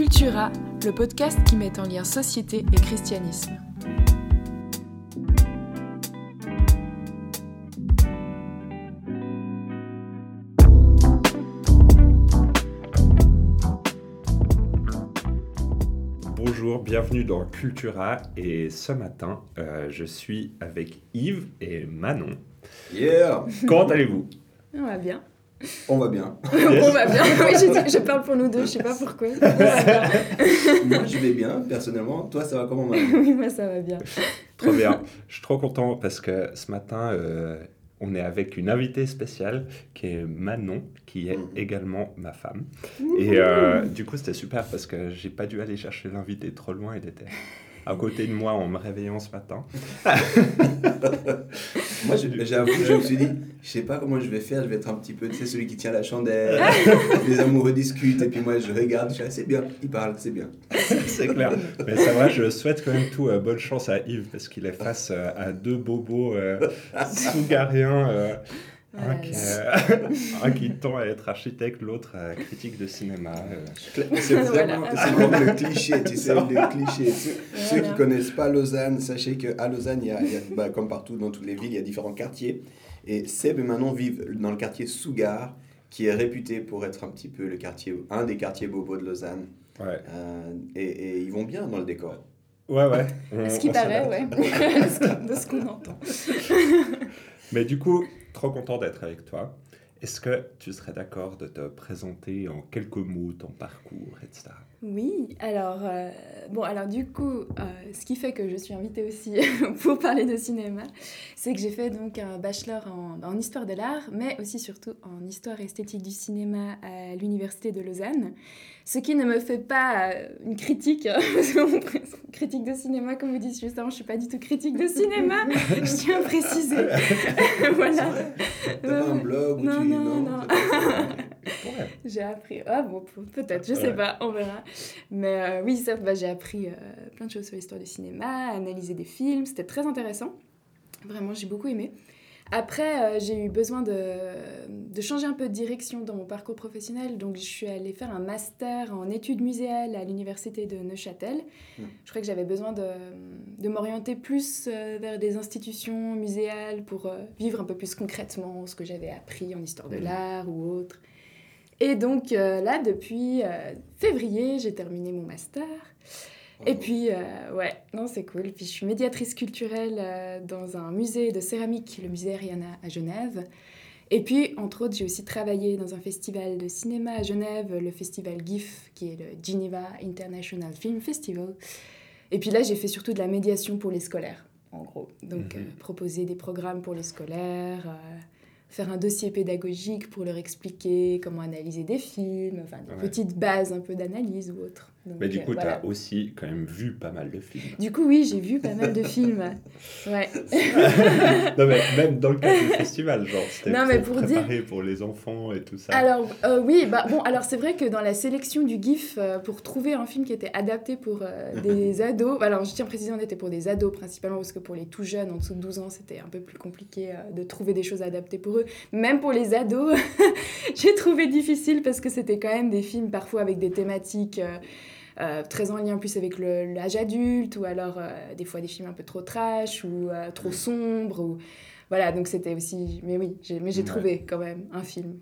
Cultura, le podcast qui met en lien société et christianisme. Bonjour, bienvenue dans Cultura et ce matin, je suis avec Yves et Manon. Yeah! Comment allez-vous? On va bien. On va bien. Yes. On va bien. Oui, je parle pour nous deux, je sais pas pourquoi. On va bien. Moi, je vais bien, personnellement. Toi, ça va comment, Manon? Oui, moi ça va bien. Trop bien. Je suis trop content parce que ce matin, on est avec une invitée spéciale qui est Manon, qui est également ma femme. Et du coup, c'était super parce que j'ai pas dû aller chercher l'invité trop loin. Elle était à côté de moi en me réveillant ce matin. Moi, j'avoue, je me suis dit, je sais pas comment je vais faire. Je vais être un petit peu, tu sais, celui qui tient la chandelle. Les amoureux discutent et puis moi, je regarde. Je suis là, c'est bien, il parle, c'est bien. C'est clair. Mais ça va, je souhaite quand même tout bonne chance à Yves parce qu'il est face à deux bobos sougariens. Un qui tend à être architecte, l'autre critique de cinéma. C'est vraiment le cliché, tu sais, le cliché. Ceux qui connaissent pas Lausanne, sachez qu'à Lausanne, il y a, comme partout dans toutes les villes, il y a différents quartiers. Et Seb et Manon vivent dans le quartier Sougar, qui est réputé pour être un petit peu un des quartiers bobos de Lausanne. Ouais. Et ils vont bien dans le décor. Ouais. Ce qui paraît, ouais. De ce qu'on entend. Mais du coup, trop content d'être avec toi. Est-ce que tu serais d'accord de te présenter en quelques mots ton parcours, etc. Oui, alors du coup, ce qui fait que je suis invitée aussi pour parler de cinéma, c'est que j'ai fait donc un bachelor en histoire de l'art, mais aussi surtout en histoire et esthétique du cinéma à l'université de Lausanne. Ce qui ne me fait pas une critique, parce qu'on critique de cinéma, comme vous dites juste avant, je ne suis pas du tout critique de cinéma, je tiens à préciser. Voilà. T'as pas un blog où Non. Ouais. J'ai appris, peut-être, je sais pas, on verra. Mais oui, j'ai appris plein de choses sur l'histoire du cinéma, analyser des films, c'était très intéressant. Vraiment, j'ai beaucoup aimé. Après, j'ai eu besoin de changer un peu de direction dans mon parcours professionnel, donc je suis allée faire un master en études muséales à l'université de Neuchâtel. Je crois que j'avais besoin de m'orienter plus vers des institutions muséales pour vivre un peu plus concrètement ce que j'avais appris en histoire de l'art ou autre. Et donc là, depuis février, j'ai terminé mon master. Et puis, c'est cool. Puis je suis médiatrice culturelle dans un musée de céramique, le musée Ariana à Genève. Et puis, entre autres, j'ai aussi travaillé dans un festival de cinéma à Genève, le festival GIF, qui est le Geneva International Film Festival. Et puis là, j'ai fait surtout de la médiation pour les scolaires, en gros. Donc, proposer des programmes pour les scolaires, faire un dossier pédagogique pour leur expliquer comment analyser des films, enfin des petites bases un peu d'analyse ou autre. Donc, mais du coup, tu as aussi quand même vu pas mal de films. Du coup, oui, j'ai vu pas mal de films. Ouais. Non, mais même dans le cadre du festival, genre, c'était pour préparé dire... pour les enfants et tout ça. Alors, alors c'est vrai que dans la sélection du GIF, pour trouver un film qui était adapté pour des ados, alors je tiens à préciser, on était pour des ados principalement, parce que pour les tout jeunes, en dessous de 12 ans, c'était un peu plus compliqué de trouver des choses adaptées pour eux. Même pour les ados, j'ai trouvé difficile, parce que c'était quand même des films parfois avec des thématiques... très en lien plus avec l'âge adulte, ou alors des fois des films un peu trop trash ou trop sombres, ou... voilà, donc c'était aussi... Mais oui, j'ai trouvé quand même un film.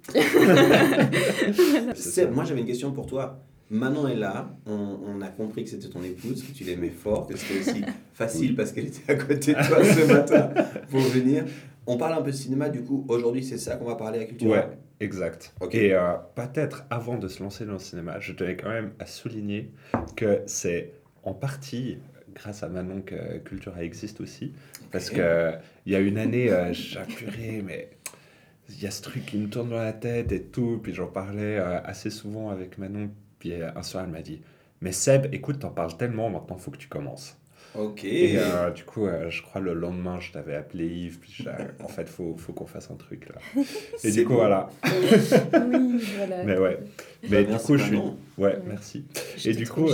Moi j'avais une question pour toi. Manon est là, on a compris que c'était ton épouse, que tu l'aimais fort, que c'était aussi facile parce qu'elle était à côté de toi ce matin pour venir. On parle un peu de cinéma, du coup, aujourd'hui c'est ça qu'on va parler à Cultura. Ouais, exact. Okay. Et peut-être avant de se lancer dans le cinéma, je tenais quand même à souligner que c'est en partie grâce à Manon que Cultura existe aussi. Parce qu'il y a une année, j'ai purée, mais il y a ce truc qui me tourne dans la tête et tout. Puis j'en parlais assez souvent avec Manon. Puis un soir, elle m'a dit, mais Seb, écoute, t'en parles tellement, maintenant il faut que tu commences. Ok. Et du coup, je crois le lendemain, je t'avais appelé Yves, puis en fait, faut qu'on fasse un truc là. Et du coup, voilà. Oui, voilà. Mais ouais. Mais du coup, je suis... Ouais, merci. Et du coup...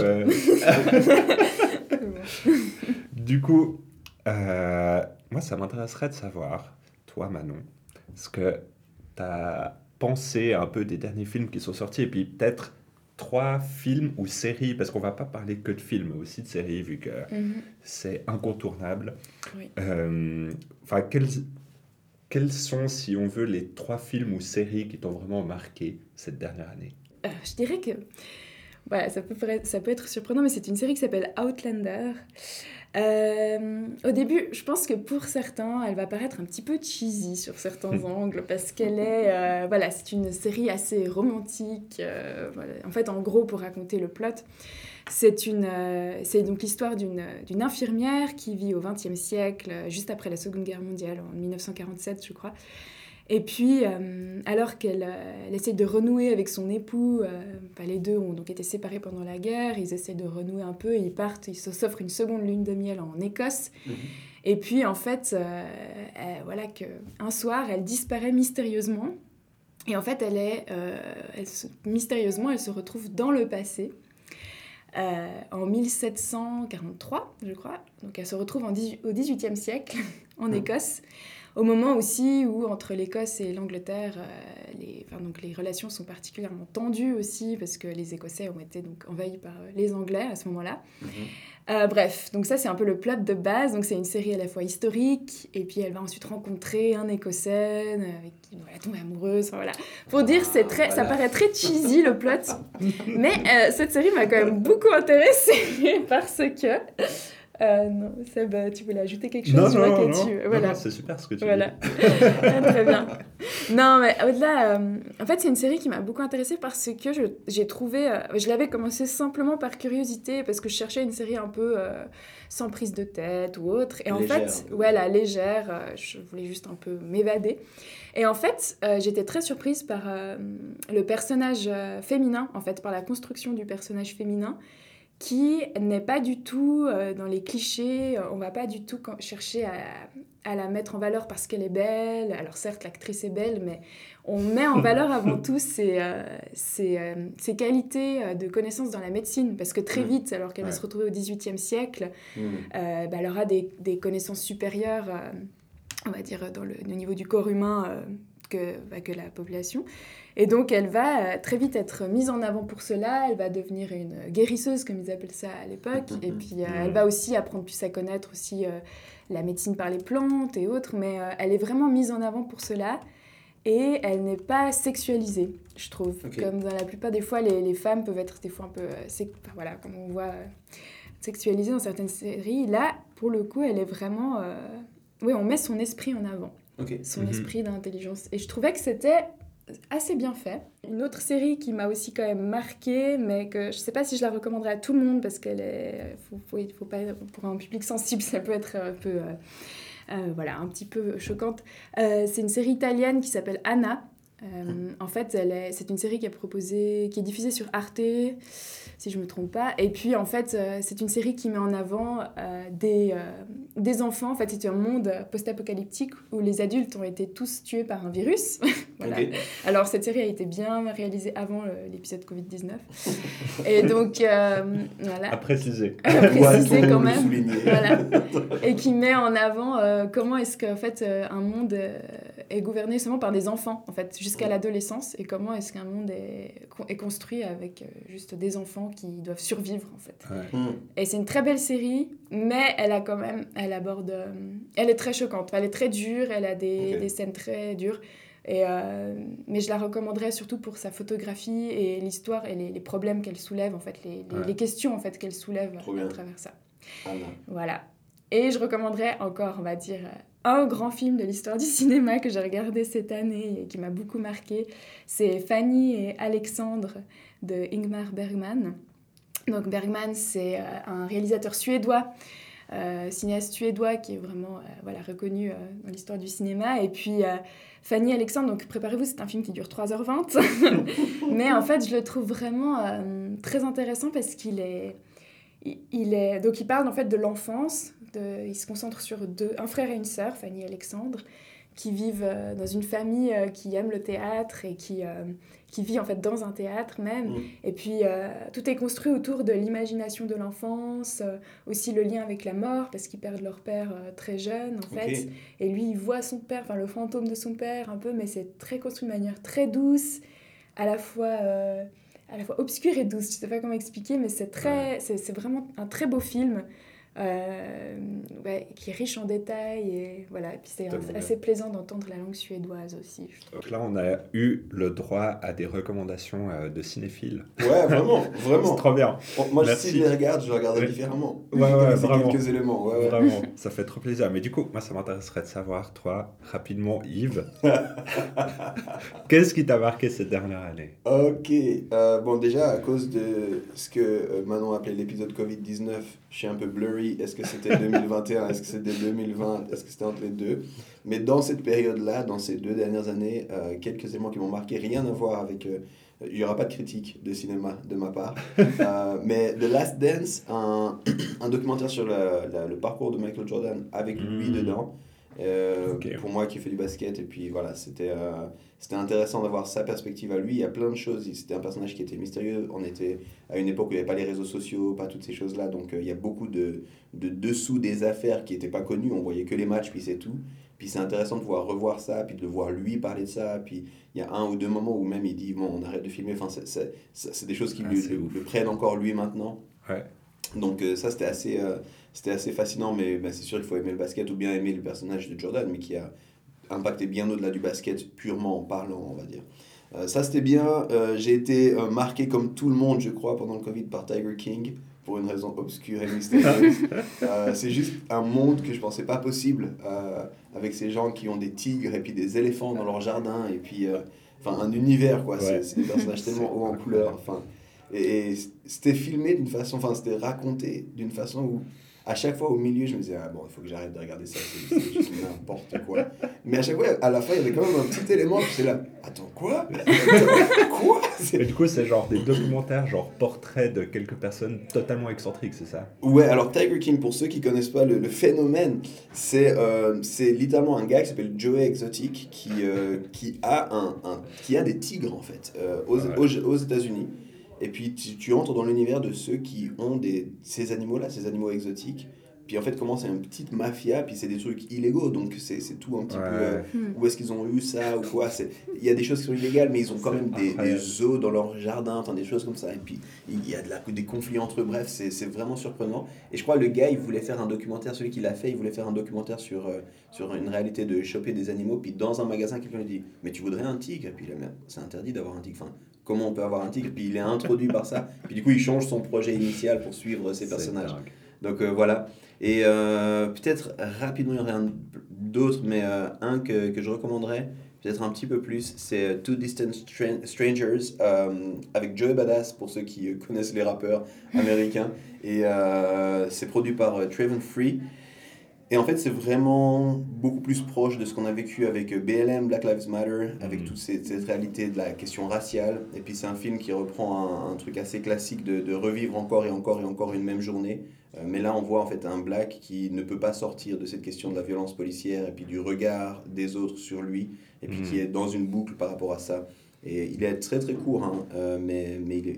Du coup, moi, ça m'intéresserait de savoir, toi, Manon, ce que t'as pensé un peu des derniers films qui sont sortis, et puis peut-être 3 films ou séries, parce qu'on va pas parler que de films, mais aussi de séries, vu que c'est incontournable. Oui. Enfin, quels sont, si on veut, les 3 films ou séries qui t'ont vraiment marqué cette dernière année? Je dirais que voilà, ça peut être surprenant, mais c'est une série qui s'appelle Outlander. Au début, je pense que pour certains, elle va paraître un petit peu cheesy sur certains angles, parce qu'elle est... voilà, c'est une série assez romantique. Voilà. En fait, en gros, pour raconter le plot, c'est donc l'histoire d'une infirmière qui vit au XXe siècle, juste après la Seconde Guerre mondiale, en 1947, je crois. Et puis, alors qu'elle essaie de renouer avec son époux, les deux ont donc été séparés pendant la guerre, ils essaient de renouer un peu, ils partent, ils s'offrent une seconde lune de miel en Écosse. Et puis, en fait, voilà qu'un soir, elle disparaît mystérieusement. Et en fait, mystérieusement, elle se retrouve dans le passé, en 1743, je crois. Donc, elle se retrouve au XVIIIe siècle, en Écosse. Au moment aussi où, entre l'Écosse et l'Angleterre, les relations sont particulièrement tendues aussi, parce que les Écossais ont été donc envahis par les Anglais à ce moment-là. Bref, donc ça c'est un peu le plot de base. Donc c'est une série à la fois historique, et puis elle va ensuite rencontrer un Écossais avec qui elle tombe amoureuse. Enfin, voilà. Pour dire, ça paraît très cheesy le plot, mais cette série m'a quand même beaucoup intéressée parce que... non, Seb, tu voulais ajouter quelque chose? Non, c'est super ce que tu dis. Très bien. Non, mais au-delà, en fait, c'est une série qui m'a beaucoup intéressée parce que j'ai trouvé... je l'avais commencé simplement par curiosité, parce que je cherchais une série un peu sans prise de tête ou autre. Et légère. En fait, voilà, légère, je voulais juste un peu m'évader. Et en fait, j'étais très surprise par le personnage féminin, en fait, par la construction du personnage féminin, qui n'est pas du tout dans les clichés. On va pas du tout chercher à la mettre en valeur parce qu'elle est belle. Alors certes, l'actrice est belle, mais on met en valeur avant tout ses qualités de connaissance dans la médecine. Parce que très vite, alors qu'elle va se retrouver au XVIIIe siècle, elle aura des connaissances supérieures, on va dire, au niveau du corps humain que la population. Et donc, elle va très vite être mise en avant pour cela. Elle va devenir une guérisseuse, comme ils appellent ça à l'époque. Et puis, elle va aussi apprendre plus à connaître aussi la médecine par les plantes et autres. Mais elle est vraiment mise en avant pour cela. Et elle n'est pas sexualisée, je trouve. Comme dans la plupart des fois, les femmes peuvent être des fois un peu... voilà, comme on voit sexualisées dans certaines séries. Là, pour le coup, elle est vraiment... oui, on met son esprit en avant. Son esprit d'intelligence. Et je trouvais que c'était... assez bien fait. Une autre série qui m'a aussi quand même marquée, mais que je sais pas si je la recommanderais à tout le monde parce qu'elle est... faut pas... Pour un public sensible, ça peut être un peu... voilà, un petit peu choquante. C'est une série italienne qui s'appelle Anna. En fait, c'est une série qui est diffusée sur Arte, si je me trompe pas. Et puis, en fait, c'est une série qui met en avant des enfants. En fait, c'est un monde post-apocalyptique où les adultes ont été tous tués par un virus. Voilà. Alors, cette série a été bien réalisée avant l'épisode Covid-19. Et donc, voilà. À préciser. À préciser quand même. Voilà. Et qui met en avant comment est-ce qu'en fait, un monde est gouverné seulement par des enfants, en fait, jusqu'à l'adolescence, et comment est-ce qu'un monde est construit avec juste des enfants qui doivent survivre, en fait. Et c'est une très belle série, mais elle aborde... elle est très choquante, elle est très dure, elle a des scènes très dures, mais je la recommanderais surtout pour sa photographie et l'histoire et les problèmes qu'elle soulève, en fait, les questions en fait, qu'elle soulève à travers ça. Voilà. Et je recommanderais encore, on va dire... un grand film de l'histoire du cinéma que j'ai regardé cette année et qui m'a beaucoup marqué, c'est Fanny et Alexandre de Ingmar Bergman. Donc Bergman, c'est un réalisateur suédois, cinéaste suédois qui est vraiment reconnu dans l'histoire du cinéma. Et puis Fanny et Alexandre, donc préparez-vous, c'est un film qui dure 3h20. Mais en fait, je le trouve vraiment très intéressant parce qu'il est... Donc il parle en fait de l'enfance, il se concentre sur un frère et une sœur, Fanny et Alexandre, qui vivent dans une famille qui aime le théâtre et qui vit en fait dans un théâtre même. Et puis tout est construit autour de l'imagination de l'enfance, aussi le lien avec la mort, parce qu'ils perdent leur père très jeune en fait. Et lui, il voit son père, enfin le fantôme de son père un peu, mais c'est très construit de manière très douce, à la fois... à la fois obscure et douce. Je sais pas comment expliquer, mais c'est vraiment un très beau film. Qui est riche en détails et voilà, et puis c'est assez plaisant d'entendre la langue suédoise aussi, je trouve. Donc là on a eu le droit à des recommandations de cinéphiles. Ouais, vraiment. C'est trop bien. Moi si je les regarde, je les regarde différemment. Ouais, vraiment. Quelques éléments. Vraiment, ça fait trop plaisir. Mais du coup, moi ça m'intéresserait de savoir, toi, rapidement, Yves, qu'est-ce qui t'a marqué cette dernière année? Ok, bon déjà à cause de ce que Manon appelait l'épisode Covid-19, je suis un peu blurry, est-ce que c'était 2021, est-ce que c'était 2020, est-ce que c'était entre les deux? Mais dans cette période-là, dans ces 2 dernières années, quelques éléments qui m'ont marqué, rien à voir avec... il n'y aura pas de critique de cinéma de ma part, mais The Last Dance, un documentaire sur le parcours de Michael Jordan avec lui dedans. Pour moi qui fais du basket, et puis voilà, c'était intéressant d'avoir sa perspective à lui. Il y a plein de choses, c'était un personnage qui était mystérieux, on était à une époque où il n'y avait pas les réseaux sociaux, pas toutes ces choses là, donc il y a beaucoup de dessous des affaires qui n'étaient pas connus, on voyait que les matchs puis c'est tout. Puis c'est intéressant de pouvoir revoir ça, puis de le voir lui parler de ça, puis il y a 1 ou 2 moments où même il dit bon on arrête de filmer, enfin c'est des choses qui le prennent encore lui maintenant. Ouais. Donc ça c'était assez fascinant, mais c'est sûr qu'il faut aimer le basket ou bien aimer le personnage de Jordan, mais qui a impacté bien au-delà du basket purement en parlant, on va dire. Ça c'était bien. J'ai été marqué comme tout le monde, je crois, pendant le Covid par Tiger King, pour une raison obscure et mystérieuse. C'est juste un monde que je pensais pas possible, avec ces gens qui ont des tigres et puis des éléphants dans leur jardin, et puis un univers, quoi. Ouais. C'est des personnages tellement hauts en couleur. Et c'était filmé d'une façon, c'était raconté d'une façon où, à chaque fois au milieu, je me disais, ah bon, il faut que j'arrête de regarder ça, c'est juste n'importe quoi. Mais à chaque fois, à la fin, il y avait quand même un petit élément, puis c'est là, attends, quoi? Quoi? Et du coup, c'est genre des documentaires, genre portraits de quelques personnes totalement excentriques, c'est ça? Ouais, alors Tiger King, pour ceux qui connaissent pas le phénomène, c'est littéralement un gars qui s'appelle Joey Exotic qui a des tigres en fait aux États-Unis. Et puis tu entres dans l'univers de ceux qui ont ces animaux-là, ces animaux exotiques. Puis en fait, comment c'est une petite mafia, puis c'est des trucs illégaux, donc c'est tout un petit peu où est-ce qu'ils ont eu ça ou quoi. Il y a des choses qui sont illégales, mais ils ont quand même des zoos dans leur jardin, des choses comme ça. Et puis il y a des conflits entre eux, bref, c'est vraiment surprenant. Et je crois le gars, il voulait faire un documentaire, celui qui l'a fait, il voulait faire un documentaire sur une réalité de choper des animaux. Puis dans un magasin, quelqu'un lui dit, mais tu voudrais un tigre? Et puis il a dit, c'est interdit d'avoir un tigre. Enfin, comment on peut avoir un tigre? Puis il est introduit par ça. Puis du coup, il change son projet initial pour suivre ces personnages. Donc voilà. Et peut-être rapidement, il y en a d'autres, mais un que je recommanderais, peut-être un petit peu plus, c'est Two Distant Strangers, avec Joey Badass, pour ceux qui connaissent les rappeurs américains. Et c'est produit par Traven Free. Et en fait, c'est vraiment beaucoup plus proche de ce qu'on a vécu avec BLM, Black Lives Matter, avec toute cette réalité de la question raciale. Et puis c'est un film qui reprend un truc assez classique de revivre encore et encore et encore une même journée. Mais là, on voit en fait un Black qui ne peut pas sortir de cette question de la violence policière et puis du regard des autres sur lui, et puis qui est dans une boucle par rapport à ça. Et il est très très court, mais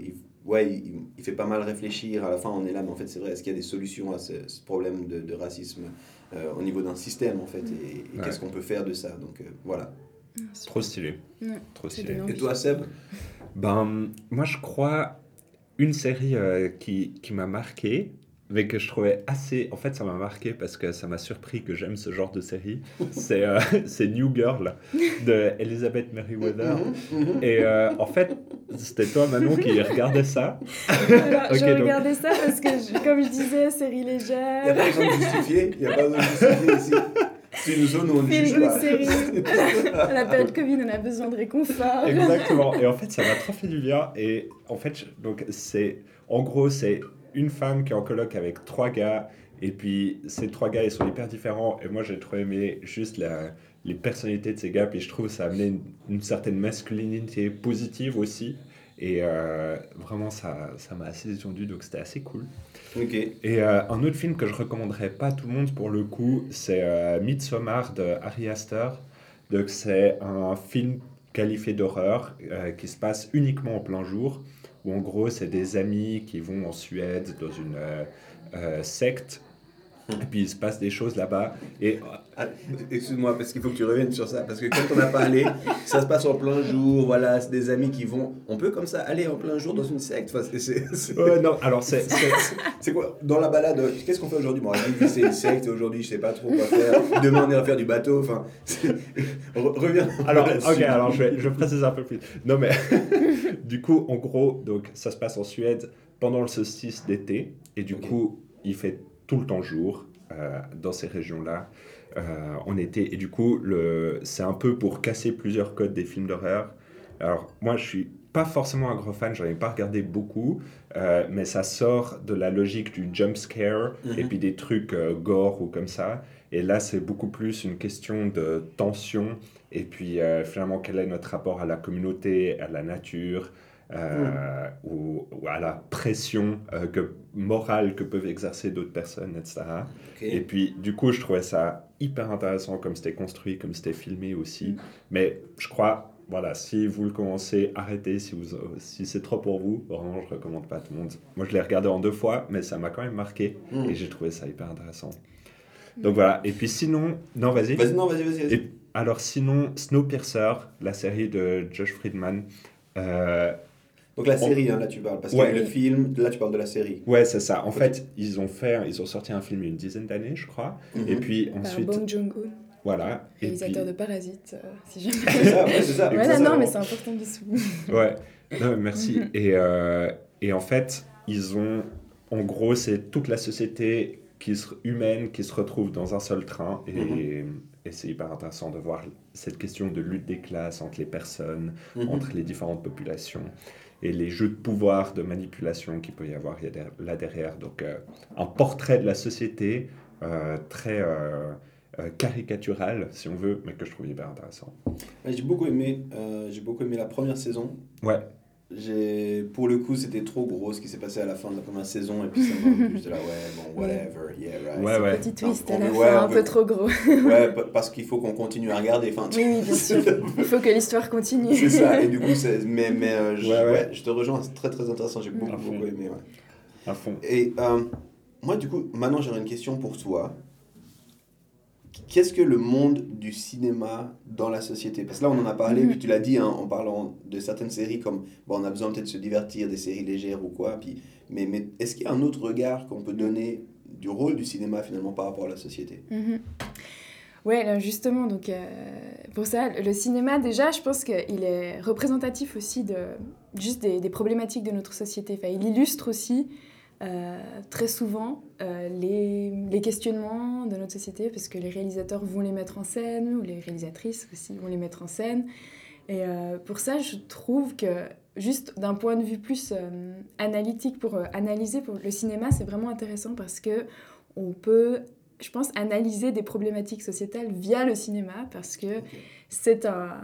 il fait pas mal réfléchir. À la fin, on est là, mais en fait, c'est vrai, est-ce qu'il y a des solutions à ce problème de racisme au niveau d'un système, en fait, et qu'est-ce qu'on peut faire de ça? Donc voilà. Trop stylé. Ouais, Trop stylé. Et toi, Seb? Moi, je crois une série qui m'a marqué, mais que je trouvais assez... En fait, ça m'a marqué parce que ça m'a surpris que j'aime ce genre de série. C'est New Girl de Elizabeth Merriweather. Et en fait, c'était toi, Manon, qui regardait ça. Alors, je regardais ça parce que, comme je disais, série légère. Il n'y a pas besoin de justifier. Il n'y a pas besoin de justifier ici. C'est une zone où on ne juge pas. Série. À la période Covid, on a besoin de réconfort. Exactement. Et en fait, ça m'a trop fait du bien. Et en fait, en gros, c'est une femme qui est en coloc avec 3 gars, et puis ces 3 gars, ils sont hyper différents, et moi j'ai trop aimé juste les personnalités de ces gars, puis je trouve que ça a amené une certaine masculinité positive aussi, et vraiment ça m'a assez détendu, donc c'était assez cool. Okay. Et un autre film que je recommanderais pas à tout le monde pour le coup, c'est Midsommar de Ari Aster. Donc c'est un film qualifié d'horreur qui se passe uniquement en plein jour, où en gros c'est des amis qui vont en Suède dans une secte Et puis il se passe des choses là-bas. Et Excuse-moi, parce qu'il faut que tu reviennes sur ça. Parce que quand on a parlé, ça se passe en plein jour, voilà, c'est des amis qui vont. On peut comme ça aller en plein jour dans une secte. Enfin, non, alors c'est quoi dans la balade? Qu'est-ce qu'on fait aujourd'hui? Bon, c'est une secte, aujourd'hui je sais pas trop quoi faire. Demain on ira faire du bateau. Enfin, reviens. Alors, ok, alors je précise un peu plus. Non, mais du coup, en gros, donc, ça se passe en Suède pendant le solstice d'été. Et du coup, il fait tout le temps jour dans ces régions-là en été. Et du coup, c'est un peu pour casser plusieurs codes des films d'horreur. Alors, moi, je suis pas forcément un grand fan, j'en ai pas regardé beaucoup, mais ça sort de la logique du jump scare et puis des trucs gore ou comme ça. Et là, c'est beaucoup plus une question de tension et puis finalement, quel est notre rapport à la communauté, à la nature, ou à la pression morale que peuvent exercer d'autres personnes, etc. Et puis, du coup, je trouvais ça hyper intéressant comme c'était construit, comme c'était filmé aussi. Mais je crois, voilà, si vous le commencez, arrêtez. Si c'est trop pour vous, vraiment, je recommande pas à tout le monde. Moi, je l'ai regardé en 2 fois, mais ça m'a quand même marqué et j'ai trouvé ça hyper intéressant. Donc voilà, et puis sinon... Non, vas-y. Vas-y. Et, alors sinon, Snowpiercer, la série de Josh Friedman... Donc la série, là tu parles, parce que le film, là tu parles de la série. Ouais, c'est ça. En fait, ils ont sorti un film il y a une dizaine d'années, je crois. Et puis ensuite... Bong Joon-ho. Voilà. Réalisateur de Parasite, si jamais... C'est ça. Non, mais c'est important de le souligner. Ouais, non, merci. Et en fait, ils ont... En gros, c'est toute la société humaine qui se retrouve dans un seul train. Et c'est hyper intéressant de voir cette question de lutte des classes entre les personnes, entre les différentes populations. Et les jeux de pouvoir, de manipulation qu'il peut y avoir là derrière. Donc, un portrait de la société très caricatural, si on veut, mais que je trouve hyper intéressant. J'ai beaucoup aimé la première saison. Ouais. Pour le coup, c'était trop gros ce qui s'est passé à la fin de la première saison. Et puis ça m'a juste là, whatever, yeah, right. Ouais. Petit twist à la fin, un peu trop gros. Ouais, parce qu'il faut qu'on continue à regarder. Oui, bien sûr. Il faut que l'histoire continue. C'est ça, et du coup, je te rejoins, c'est très très intéressant, j'ai beaucoup aimé. Ouais. À fond. Et moi, du coup, maintenant j'aurais une question pour toi. Qu'est-ce que le monde du cinéma dans la société? Parce que là, on en a parlé, puis tu l'as dit, en parlant de certaines séries, comme on a besoin peut-être de se divertir, des séries légères ou quoi. Mais est-ce qu'il y a un autre regard qu'on peut donner du rôle du cinéma finalement par rapport à la société? Ouais, là, justement, donc, pour ça, le cinéma, déjà, je pense qu'il est représentatif aussi juste des problématiques de notre société. Enfin, il illustre aussi très souvent les questionnements de notre société, parce que les réalisateurs vont les mettre en scène, ou les réalisatrices aussi vont les mettre en scène. Et pour ça, je trouve que, juste d'un point de vue plus analytique, pour analyser pour le cinéma, c'est vraiment intéressant parce que on peut, je pense, analyser des problématiques sociétales via le cinéma, parce que c'est un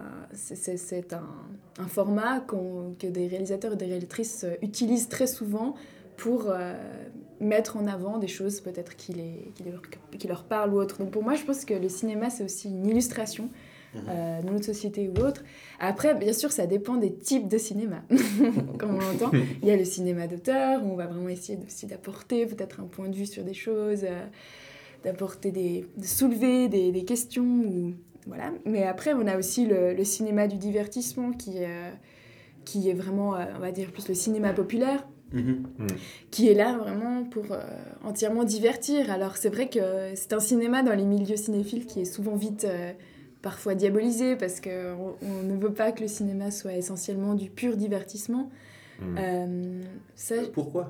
format que des réalisateurs et des réalisatrices utilisent très souvent pour mettre en avant des choses peut-être qui leur parlent ou autre. Donc pour moi, je pense que le cinéma, c'est aussi une illustration de notre société ou autre. Après, bien sûr, ça dépend des types de cinéma, comme on l'entend. Il y a le cinéma d'auteur, où on va vraiment essayer aussi d'apporter peut-être un point de vue sur des choses, de soulever des questions, voilà. Mais après, on a aussi le cinéma du divertissement qui est vraiment, on va dire, plus le cinéma populaire, qui est là vraiment pour entièrement divertir. Alors c'est vrai que c'est un cinéma dans les milieux cinéphiles qui est souvent vite parfois diabolisé, parce qu'on ne veut pas que le cinéma soit essentiellement du pur divertissement. Pourquoi ?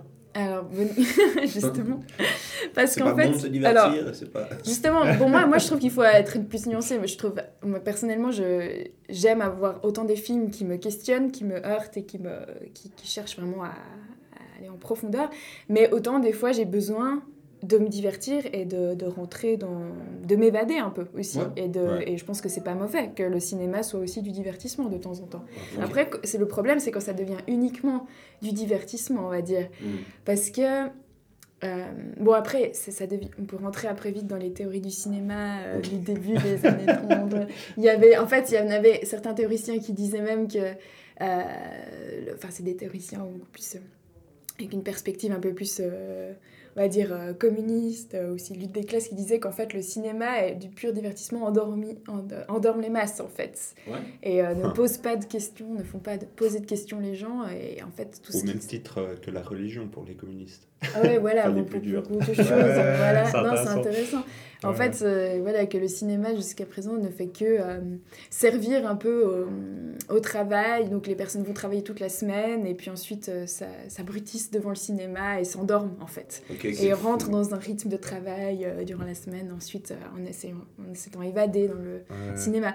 Alors, justement, parce qu'en fait... C'est pas bon de se divertir, c'est pas... Justement, bon, moi je trouve qu'il faut être plus nuancé. Moi, personnellement, j'aime avoir autant des films qui me questionnent, qui me heurtent et qui cherchent vraiment à aller en profondeur, mais autant des fois j'ai besoin de me divertir et de rentrer de m'évader un peu aussi, et je pense que c'est pas mauvais que le cinéma soit aussi du divertissement de temps en temps. Après, le problème, c'est quand ça devient uniquement du divertissement, on va dire, parce que bon, après on peut rentrer après vite dans les théories du cinéma du début des années 30. Il y en avait certains théoriciens qui disaient même que c'est des théoriciens beaucoup plus avec une perspective un peu plus on va dire, communiste, aussi lutte des classes, qui disait qu'en fait, le cinéma est du pur divertissement, endorme les masses, en fait. Ouais. Et ne pose pas de questions, ne font pas poser de questions les gens. Et en fait, tout Au même titre que la religion pour les communistes. Ah ouais, voilà, Enfin, les pour plus durs. beaucoup de choses. Voilà. C'est Non, c'est intéressant. intéressant. En Ouais. fait, voilà, que le cinéma, jusqu'à présent, ne fait que servir un peu au travail. Donc, les personnes vont travailler toute la semaine et puis ensuite s'abrutissent devant le cinéma et s'endorment, en fait. Et rentrent dans un rythme de travail durant la semaine, ensuite, en s'étant évadés dans le cinéma.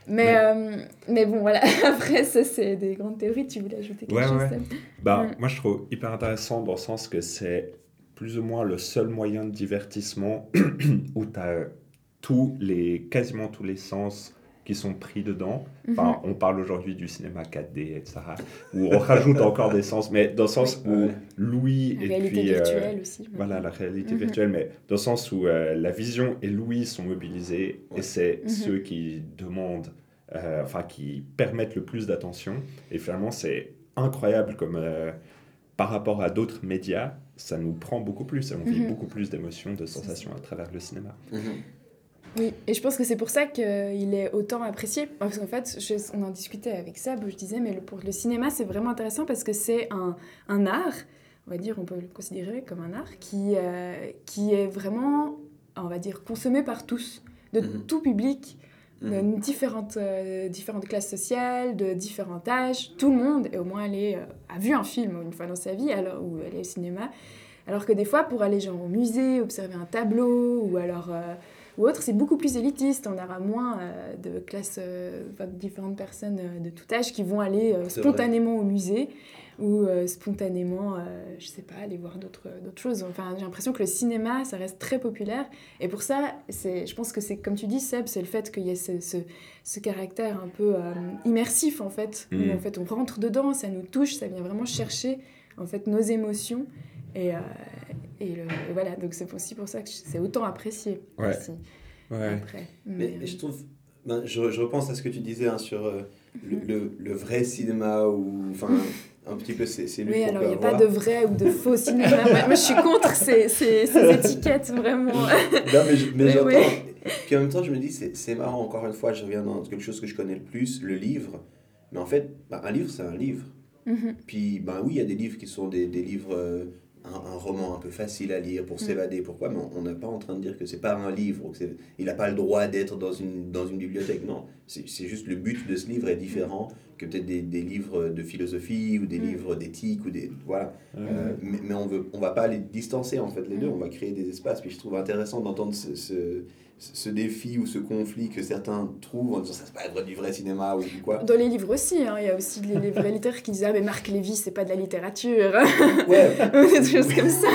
Mais bon, voilà. Après, ça, c'est des grandes théories. Tu voulais ajouter quelque chose, Sam ? Moi, je trouve hyper intéressant dans le sens que c'est plus ou moins le seul moyen de divertissement où tu as quasiment tous les sens qui sont pris dedans. Enfin, on parle aujourd'hui du cinéma 4D, etc., où on rajoute encore des sens, mais dans le sens où l'ouïe la et réalité puis... virtuelle aussi. Voilà, la réalité virtuelle, mais dans le sens où la vision et l'ouïe sont mobilisés, et c'est ceux qui demandent, qui permettent le plus d'attention. Et finalement, c'est incroyable comme... par rapport à d'autres médias, ça nous prend beaucoup plus, et on vit beaucoup plus d'émotions, de sensations à travers le cinéma. Oui, et je pense que c'est pour ça qu'il est autant apprécié. Parce qu'en fait, on en discutait avec Seb, où je disais, mais pour le cinéma, c'est vraiment intéressant parce que c'est un art, on va dire, on peut le considérer comme un art, qui est vraiment, on va dire, consommé par tous, de tout public, de différentes classes sociales, de différents âges. Tout le monde, et au moins, a vu un film une fois dans sa vie, ou elle est au cinéma. Alors que des fois, pour aller genre au musée, observer un tableau, ou alors... ou autre, c'est beaucoup plus élitiste. On aura moins de classes, différentes personnes de tout âge qui vont aller spontanément au musée ou spontanément, je sais pas, aller voir d'autres choses. Enfin, j'ai l'impression que le cinéma, ça reste très populaire. Et pour ça, je pense que c'est, comme tu dis, Seb, c'est le fait qu'il y ait ce caractère un peu immersif, en fait. Où, en fait, on rentre dedans, ça nous touche, ça vient vraiment chercher, en fait, nos émotions. Et voilà, donc c'est aussi pour ça que c'est autant apprécié. Aussi, après. Mais je trouve, je repense à ce que tu disais sur le vrai cinéma, ou enfin un petit peu c'est lui. Oui, alors il n'y a pas de vrai ou de faux cinéma. Moi, je suis contre ces étiquettes, vraiment. Non, mais j'entends. Puis en même temps, je me dis, c'est marrant, encore une fois, je reviens dans quelque chose que je connais le plus, le livre. Mais en fait, un livre, c'est un livre. Puis, oui, il y a des livres qui sont des livres... un roman un peu facile à lire pour s'évader, pourquoi, mais on n'est pas en train de dire que c'est pas un livre, il n'a pas le droit d'être dans une bibliothèque, non, c'est juste le but de ce livre est différent que peut-être des livres de philosophie ou des livres d'éthique ou voilà. Mais on va pas les distancer en fait les deux, on va créer des espaces. Puis je trouve intéressant d'entendre ce défi ou ce conflit que certains trouvent en disant ça c'est pas du vrai cinéma ou quoi. Dans les livres aussi, il y a aussi les vrais littéraires qui disent mais Marc Lévy c'est pas de la littérature. Ouais. Des choses comme ça.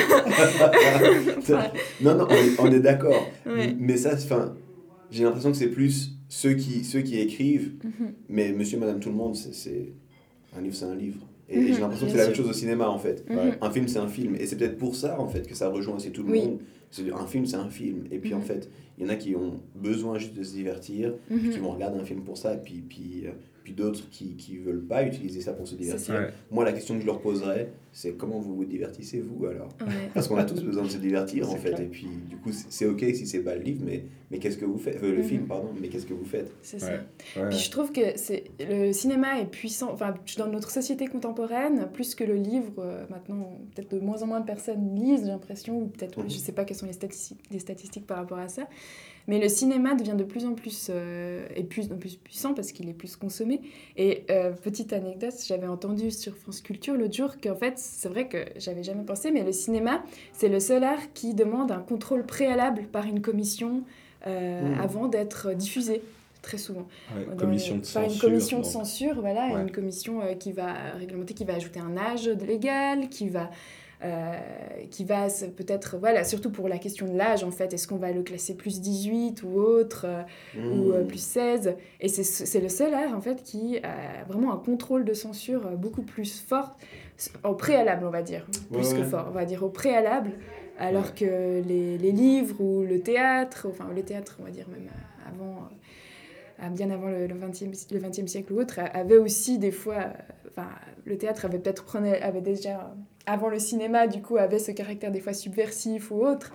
Non, on est d'accord. Mais ça, j'ai l'impression que c'est plus ceux qui écrivent, mais monsieur, madame, tout le monde, c'est un livre, c'est un livre. Et j'ai l'impression que c'est la même chose au cinéma, en fait. Un film, c'est un film. Et c'est peut-être pour ça, en fait, que ça rejoint aussi tout le monde. Un film, c'est un film. Et puis, en fait, il y en a qui ont besoin juste de se divertir, puis qui vont regarder un film pour ça, puis d'autres qui veulent pas utiliser ça pour se divertir. Moi, la question que je leur poserais, c'est comment vous vous divertissez, vous, alors ? Parce qu'on a tous besoin de se divertir, en fait. Clair. Et puis, du coup, c'est OK si c'est pas le livre, mais qu'est-ce que vous faites ? Le film, pardon, mais qu'est-ce que vous faites ? C'est ça. Puis je trouve que le cinéma est puissant, dans notre société contemporaine, plus que le livre, maintenant, peut-être de moins en moins de personnes lisent, j'ai l'impression, ou peut-être, je sais pas quelles sont les statistiques par rapport à ça. Mais le cinéma devient de plus en plus, plus puissant parce qu'il est plus consommé. Et petite anecdote, j'avais entendu sur France Culture l'autre jour qu'en fait, c'est vrai que j'avais jamais pensé, mais le cinéma, c'est le seul art qui demande un contrôle préalable par une commission avant d'être diffusé. Très souvent. Commission de censure. Par une commission de censure, voilà, une commission qui va réglementer, qui va ajouter un âge légal, qui va peut-être, voilà, surtout pour la question de l'âge, en fait, est-ce qu'on va le classer plus 18 ou autre, ou plus 16 ? Et c'est le seul art, en fait, qui a vraiment un contrôle de censure beaucoup plus fort, au préalable, on va dire, plus que fort, on va dire au préalable, alors que les livres ou le théâtre, on va dire même bien avant le 20e siècle ou autre, avait aussi des fois... le théâtre avait déjà, avant le cinéma, du coup, avait ce caractère des fois subversif ou autre,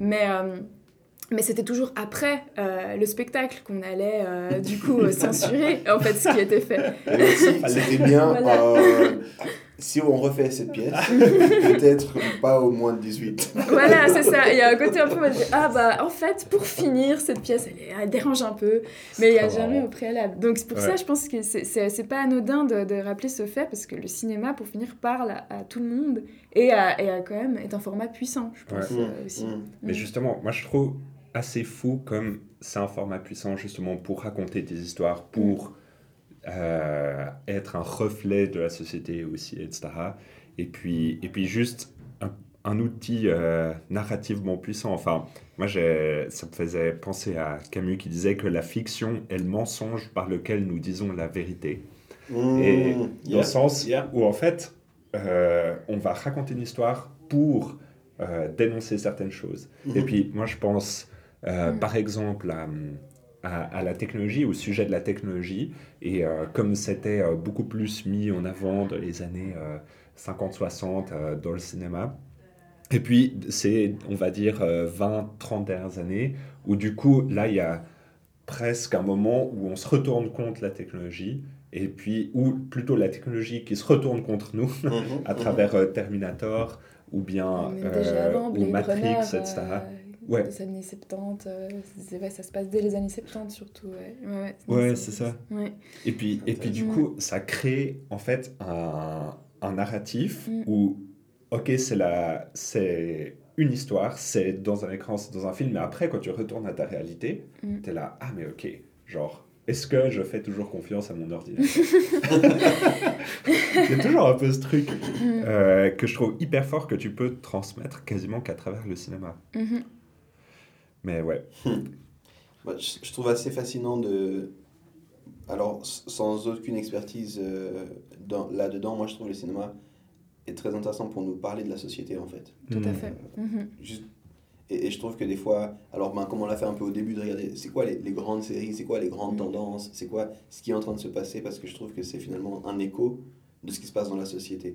mais c'était toujours après le spectacle qu'on allait, du coup, censurer, en fait, ce qui était fait. Et aussi, c'était bien... Voilà. Si on refait cette pièce, peut-être pas au moins de 18. Voilà, c'est ça. Il y a un côté un peu... en fait, pour finir, cette pièce, elle dérange un peu, mais il n'y a jamais au préalable. Donc, c'est pour ça, je pense que c'est pas anodin de rappeler ce fait, parce que le cinéma, pour finir, parle à tout le monde et quand même est un format puissant, je pense, aussi. Mais justement, moi, je trouve assez fou comme c'est un format puissant, justement, pour raconter des histoires, pour... être un reflet de la société aussi, etc. Et puis juste un outil narrativement puissant. Enfin, moi, ça me faisait penser à Camus qui disait que la fiction est le mensonge par lequel nous disons la vérité. Et dans le sens où, en fait, on va raconter une histoire pour dénoncer certaines choses. Et puis, moi, je pense, par exemple, à la technologie, au sujet de la technologie, et comme c'était beaucoup plus mis en avant dans les années 50-60 dans le cinéma. Et puis, c'est, on va dire, 20-30 dernières années, où du coup, là, il y a presque un moment où on se retourne contre la technologie, et puis, ou plutôt la technologie qui se retourne contre nous, à travers Terminator, ou bien déjà avant, ou Matrix, Runner, etc. Des années 70, c'est vrai, ça se passe dès les années 70 surtout. C'est ça. Ouais. Et puis du coup, ça crée en fait un narratif où, ok, c'est une histoire, c'est dans un écran, c'est dans un film, mais après, quand tu retournes à ta réalité, t'es là, ah mais ok, genre, est-ce que je fais toujours confiance à mon ordinateur? Il y a toujours un peu ce truc que je trouve hyper fort que tu peux transmettre quasiment qu'à travers le cinéma. Mais ouais. Je trouve assez fascinant de... Alors, sans aucune expertise là-dedans, moi je trouve le cinéma est très intéressant pour nous parler de la société en fait. Tout à fait. Et je trouve que des fois, alors comme on l'a fait un peu au début, de regarder c'est quoi les grandes séries, c'est quoi les grandes tendances, c'est quoi ce qui est en train de se passer, parce que je trouve que c'est finalement un écho de ce qui se passe dans la société.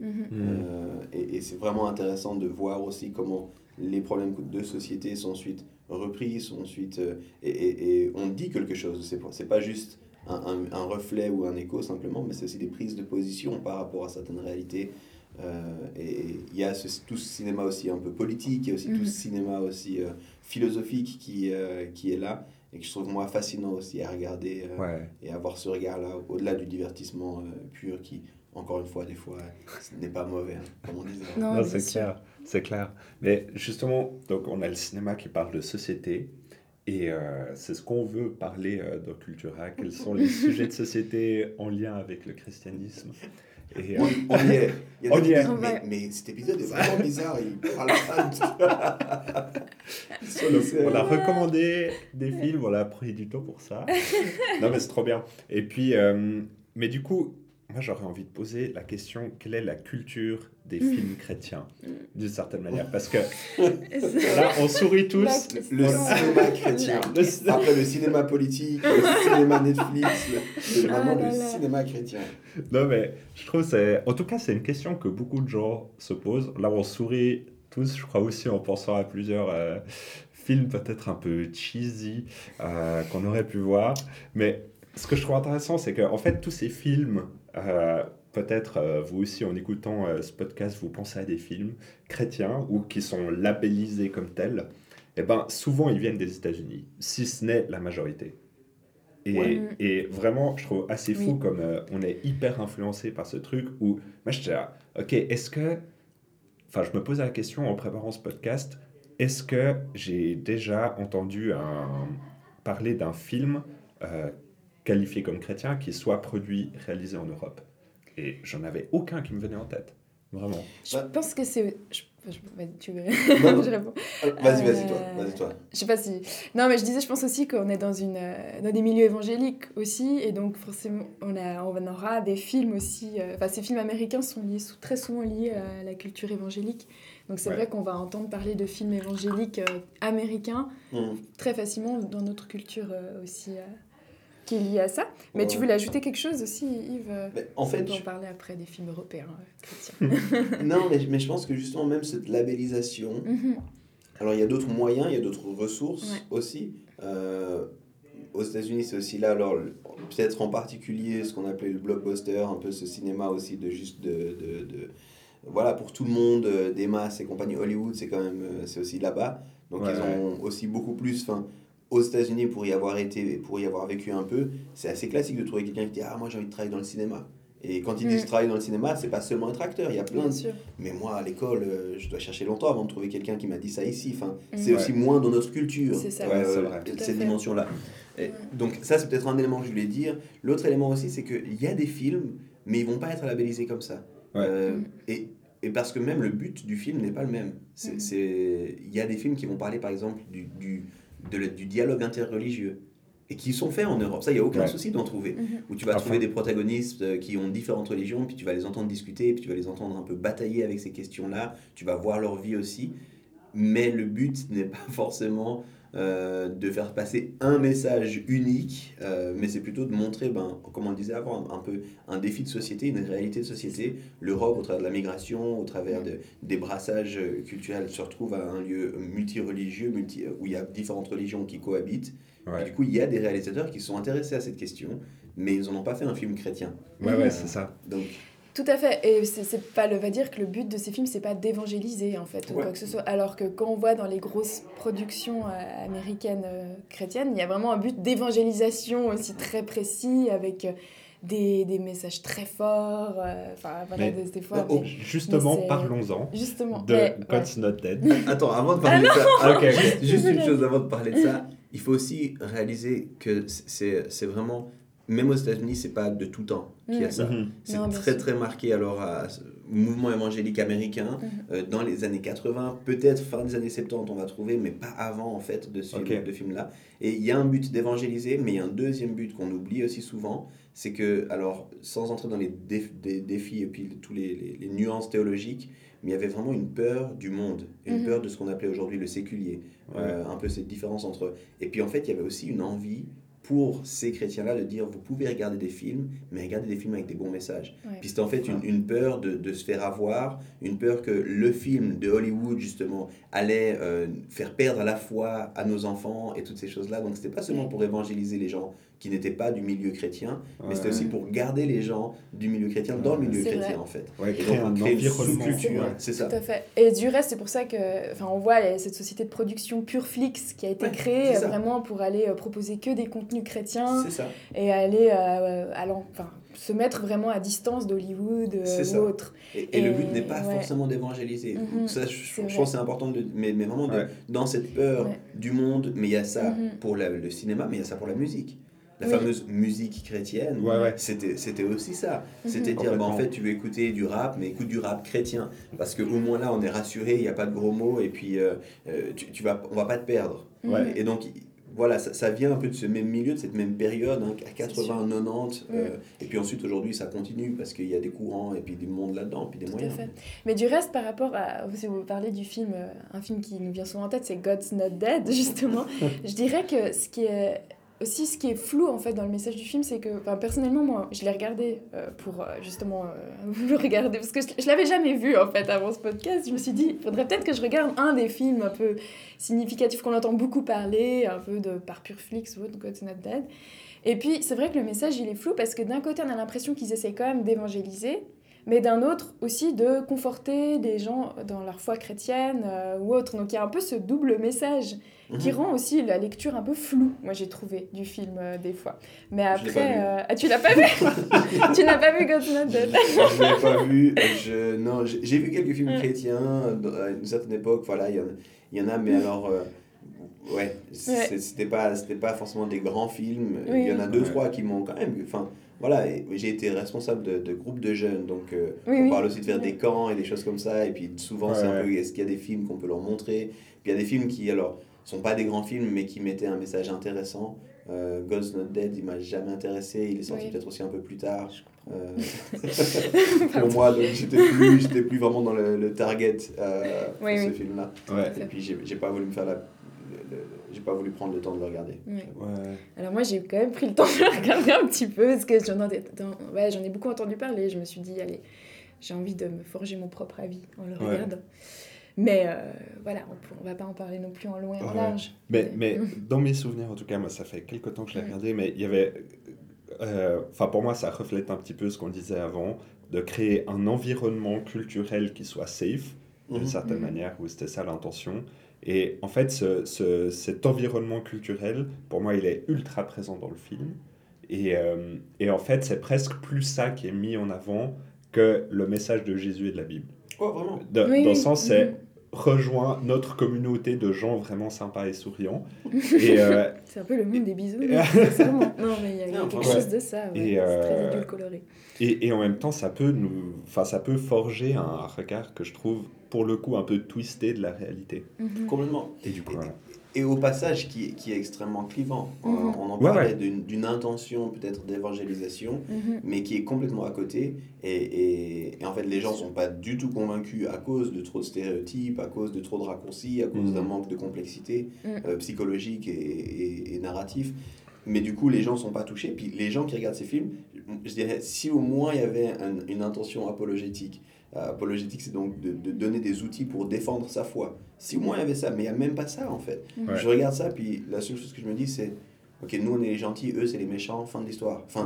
Et c'est vraiment intéressant de voir aussi comment les problèmes de société sont ensuite repris, sont ensuite... et on dit quelque chose, c'est pas juste un reflet ou un écho simplement, mais c'est aussi des prises de position par rapport à certaines réalités. Et il y a tout ce cinéma aussi un peu politique, il y a aussi tout ce cinéma aussi philosophique qui est là, et que je trouve moi fascinant aussi à regarder et avoir ce regard-là au-delà du divertissement pur qui, encore une fois, des fois, n'est pas mauvais, hein, comme on disait. Non, c'est clair. Mais justement, donc on a le cinéma qui parle de société, et c'est ce qu'on veut parler dans Cultura. Quels sont les sujets de société en lien avec le christianisme? Et, on y est. Mais cet épisode est vraiment bizarre. Il parle pas on a recommandé des films, on a pris du temps pour ça. Non, mais c'est trop bien. Et puis, mais du coup, moi j'aurais envie de poser la question, quelle est la culture des films chrétiens, d'une certaine manière? Parce que là, on sourit tous. Le cinéma chrétien. Après le cinéma politique, le cinéma Netflix, c'est vraiment le cinéma chrétien. Non, mais je trouve en tout cas, c'est une question que beaucoup de gens se posent. Là, on sourit tous, je crois aussi en pensant à plusieurs films peut-être un peu cheesy qu'on aurait pu voir. Mais ce que je trouve intéressant, c'est qu'en fait, tous ces films, peut-être vous aussi en écoutant ce podcast, vous pensez à des films chrétiens ou qui sont labellisés comme tels. Et ben, souvent, ils viennent des États-Unis, si ce n'est la majorité. Et vraiment, je trouve assez fou comme on est hyper influencé par ce truc où, moi je disais, ok, est-ce que, enfin je me posais la question en préparant ce podcast, est-ce que j'ai déjà entendu parler d'un film qualifié comme chrétien qui soit produit, réalisé en Europe? Et j'en avais aucun qui me venait en tête, vraiment. Je pense que c'est... tu veux... Non. Je réponds. Vas-y toi. Je sais pas si... Non, mais je disais, je pense aussi qu'on est dans des milieux évangéliques aussi, et donc forcément, on aura des films aussi... Enfin, ces films américains sont très souvent liés à la culture évangélique. Donc c'est vrai qu'on va entendre parler de films évangéliques américains très facilement dans notre culture aussi. qui est lié à ça. Mais tu voulais ajouter quelque chose aussi, Yves? En fait, on peut en parler après des films européens chrétiens. Non, mais je pense que justement, même cette labellisation, alors il y a d'autres moyens, il y a d'autres ressources aussi. Aux États-Unis, c'est aussi là, alors peut-être en particulier ce qu'on appelait le blockbuster, un peu ce cinéma aussi de juste voilà, pour tout le monde, des masses et compagnie. Hollywood, c'est quand même, c'est aussi là-bas. Donc ils ont aussi beaucoup plus, aux États-Unis, pour y avoir vécu un peu, c'est assez classique de trouver quelqu'un qui dit « Ah, moi j'ai envie de travailler dans le cinéma ». Et quand ils disent travailler dans le cinéma, c'est pas seulement être acteur, il y a plein de... Mais moi, à l'école, je dois chercher longtemps avant de trouver quelqu'un qui m'a dit ça ici. C'est aussi moins dans notre culture, c'est ça. cette dimension-là. Donc ça, c'est peut-être un élément que je voulais dire. L'autre élément aussi, c'est qu'il y a des films, mais ils vont pas être labellisés comme ça. Et parce que même le but du film n'est pas le même. Il y a des films qui vont parler, par exemple, du dialogue interreligieux. Et qui sont faits en Europe. Ça, il n'y a aucun souci d'en trouver. Où tu vas trouver des protagonistes qui ont différentes religions, puis tu vas les entendre discuter, puis tu vas les entendre un peu batailler avec ces questions-là. Tu vas voir leur vie aussi. Mais le but n'est pas forcément de faire passer un message unique, mais c'est plutôt de montrer, comme on le disait avant, un peu un défi de société, une réalité de société. L'Europe, au travers de la migration, au travers des brassages culturels, se retrouve à un lieu multireligieux, où il y a différentes religions qui cohabitent. Et du coup, il y a des réalisateurs qui sont intéressés à cette question, mais ils n'en ont pas fait un film chrétien. C'est ça. Donc... Tout à fait, et c'est pas le va dire que le but de ces films c'est pas d'évangéliser en fait ou quoi que ce soit, alors que quand on voit dans les grosses productions américaines chrétiennes, il y a vraiment un but d'évangélisation aussi très précis avec des messages très forts, des fois. Justement, parlons-en de God's Not Dead. Attends, avant de parler de ça, juste une chose avant de parler de ça, il faut aussi réaliser que c'est vraiment... Même aux États-Unis, c'est pas de tout temps qu'il y a ça. C'est très très marqué alors à mouvement évangélique américain dans les années 80, peut-être fin des années 70 on va trouver, mais pas avant en fait de ce film-là. Et il y a un but d'évangéliser, mais il y a un deuxième but qu'on oublie aussi souvent, c'est que, alors sans entrer dans les défis et puis tous les nuances théologiques, mais il y avait vraiment une peur du monde, une peur de ce qu'on appelait aujourd'hui le séculier, un peu cette différence entre... Et puis en fait, il y avait aussi une envie pour ces chrétiens-là de dire, vous pouvez regarder des films, mais regardez des films avec des bons messages. Puis c'était en fait une peur de se faire avoir, une peur que le film de Hollywood, justement, allait faire perdre la foi à nos enfants et toutes ces choses-là. Donc c'était pas seulement pour évangéliser les gens qui n'étaient pas du milieu chrétien, mais c'était aussi pour garder les gens du milieu chrétien dans le milieu chrétien, en fait. Et donc créer une sous-culture, c'est ça. Tout à fait. Et du reste, c'est pour ça que, on voit cette société de production Pureflix qui a été créée vraiment pour aller proposer que des contenus chrétiens et aller se mettre vraiment à distance d'Hollywood ou autre. Et le but n'est pas forcément d'évangéliser. Ça, je pense que c'est important, mais vraiment dans cette peur du monde, mais il y a ça pour le cinéma, mais il y a ça pour la musique. La fameuse musique chrétienne, c'était aussi ça. C'était dire, en fait, tu veux écouter du rap, mais écoute du rap chrétien. Parce qu'au moins là, on est rassuré, il n'y a pas de gros mots, et puis on va pas te perdre. Et donc, voilà, ça vient un peu de ce même milieu, de cette même période, à 80, 90. Et puis ensuite, aujourd'hui, ça continue, parce qu'il y a des courants, et puis du monde là-dedans, et puis des moyens. Tout à fait. Mais du reste, par rapport à... Si vous parlez du film, un film qui nous vient souvent en tête, c'est God's Not Dead, justement. Je dirais que ce qui est flou en fait dans le message du film, c'est que personnellement moi je l'ai regardé pour justement le regarder parce que je l'avais jamais vu en fait avant ce podcast. Je me suis dit il faudrait peut-être que je regarde un des films un peu significatifs qu'on entend beaucoup parler un peu par Pureflix ou God's Not Dead. Et puis c'est vrai que le message il est flou parce que d'un côté on a l'impression qu'ils essaient quand même d'évangéliser, mais d'un autre aussi de conforter des gens dans leur foi chrétienne ou autre. Donc il y a un peu ce double message qui rend aussi la lecture un peu floue, moi j'ai trouvé, du film des fois. Mais après... tu l'as pas vu? Tu n'as pas vu God's Not Dead? Je l'ai pas vu. Non, j'ai vu quelques films chrétiens à une certaine époque, voilà, il y en a, mais alors... c'était pas forcément des grands films. Il y en a 2-3 qui m'ont quand même... Voilà, j'ai été responsable de groupes de jeunes, donc on parle aussi de faire des camps et des choses comme ça, et puis souvent c'est un peu, est-ce qu'il y a des films qu'on peut leur montrer? Puis il y a des films qui, alors, sont pas des grands films, mais qui mettaient un message intéressant. God's Not Dead, il m'a jamais intéressé, il est sorti peut-être aussi un peu plus tard. Pour moi, donc j'étais plus vraiment dans le target pour ce film-là. Et puis j'ai pas voulu me faire j'ai pas voulu prendre le temps de le regarder. Ouais. Alors moi, j'ai quand même pris le temps de le regarder un petit peu, parce que j'en ai beaucoup entendu parler. Je me suis dit, allez, j'ai envie de me forger mon propre avis en le regardant. Mais voilà, on va pas en parler non plus en long et en large. Mais dans mes souvenirs, en tout cas, moi, ça fait quelques temps que je l'ai regardé, mais il y avait... pour moi, ça reflète un petit peu ce qu'on disait avant, de créer un environnement culturel qui soit safe, d'une certaine manière, où c'était ça l'intention. Et en fait, cet environnement culturel, pour moi, il est ultra présent dans le film. Et en fait, c'est presque plus ça qui est mis en avant que le message de Jésus et de la Bible. Oh, vraiment? Dans le sens, c'est rejoint notre communauté de gens vraiment sympas et souriants. Et, c'est un peu le monde des bisous. Vraiment. Non, mais il y a quelque chose de ça. Ouais. C'est très édulcoré. Et en même temps, ça peut forger un regard que je trouve, pour le coup, un peu twisté de la réalité. Complètement. Et du coup, voilà. Et au passage, qui est extrêmement clivant. On en parlait d'une intention peut-être d'évangélisation, mais qui est complètement à côté. Et en fait, les gens ne sont pas du tout convaincus à cause de trop de stéréotypes, à cause de trop de raccourcis, à cause d'un manque de complexité psychologique et narratif. Mais du coup, les gens ne sont pas touchés. Puis les gens qui regardent ces films, je dirais, si au moins il y avait une intention apologétique. Apologétique, c'est donc de donner des outils pour défendre sa foi. Si au moins il y avait ça, mais il n'y a même pas ça en fait. Je regarde ça, puis la seule chose que je me dis, c'est ok, nous on est les gentils, eux c'est les méchants, fin de l'histoire. Enfin,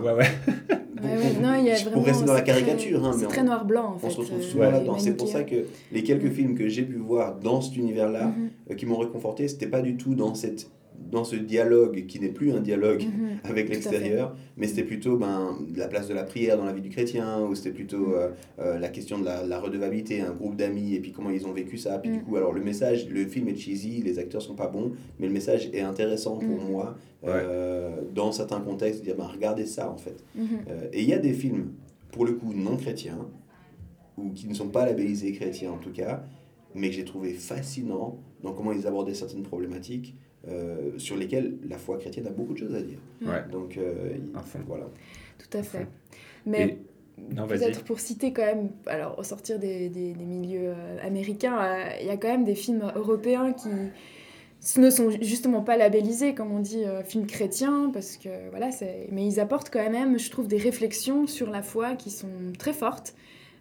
non, il y a vraiment, pour rester dans la caricature. C'est très noir-blanc en fait. On se retrouve souvent là-dedans. C'est pour ça que les quelques films que j'ai pu voir dans cet univers-là, qui m'ont réconforté, c'était pas du tout dans ce dialogue qui n'est plus un dialogue avec l'extérieur, mais c'était plutôt la place de la prière dans la vie du chrétien, ou c'était plutôt la question de la redevabilité, un groupe d'amis, et puis comment ils ont vécu ça. Puis du coup, alors le film est cheesy, les acteurs sont pas bons, mais le message est intéressant pour moi, dans certains contextes, de dire regardez ça en fait. Et il y a des films, pour le coup, non chrétiens, ou qui ne sont pas labellisés chrétiens en tout cas, mais que j'ai trouvé fascinants dans comment ils abordaient certaines problématiques, sur lesquelles la foi chrétienne a beaucoup de choses à dire. Donc, voilà. Tout à fait. Mais peut-être pour citer quand même, alors au sortir des milieux américains, il y a quand même des films européens qui ne sont justement pas labellisés, comme on dit, films chrétiens, parce que voilà, mais ils apportent quand même, je trouve, des réflexions sur la foi qui sont très fortes.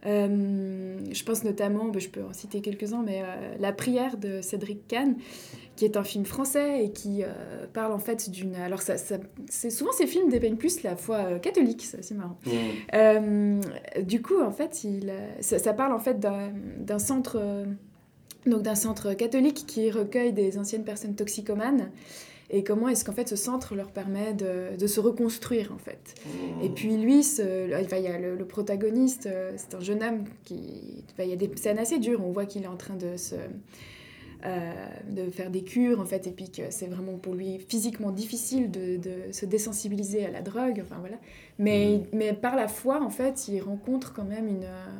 Je pense notamment, je peux en citer quelques-uns, mais La prière de Cédric Kahn, qui est un film français et qui parle en fait d'une... Alors c'est souvent ces films dépeignent plus la foi catholique, c'est assez marrant. Du coup, en fait, ça parle en fait d'un centre... donc d'un centre catholique qui recueille des anciennes personnes toxicomanes. Et comment est-ce qu'en fait ce centre leur permet de se reconstruire en fait. Et puis lui, il y a le protagoniste, c'est un jeune homme il y a des scènes assez dures, on voit qu'il est en train de faire des cures en fait, et puis que c'est vraiment pour lui physiquement difficile de se désensibiliser à la drogue, enfin voilà. Mais par la foi en fait, il rencontre quand même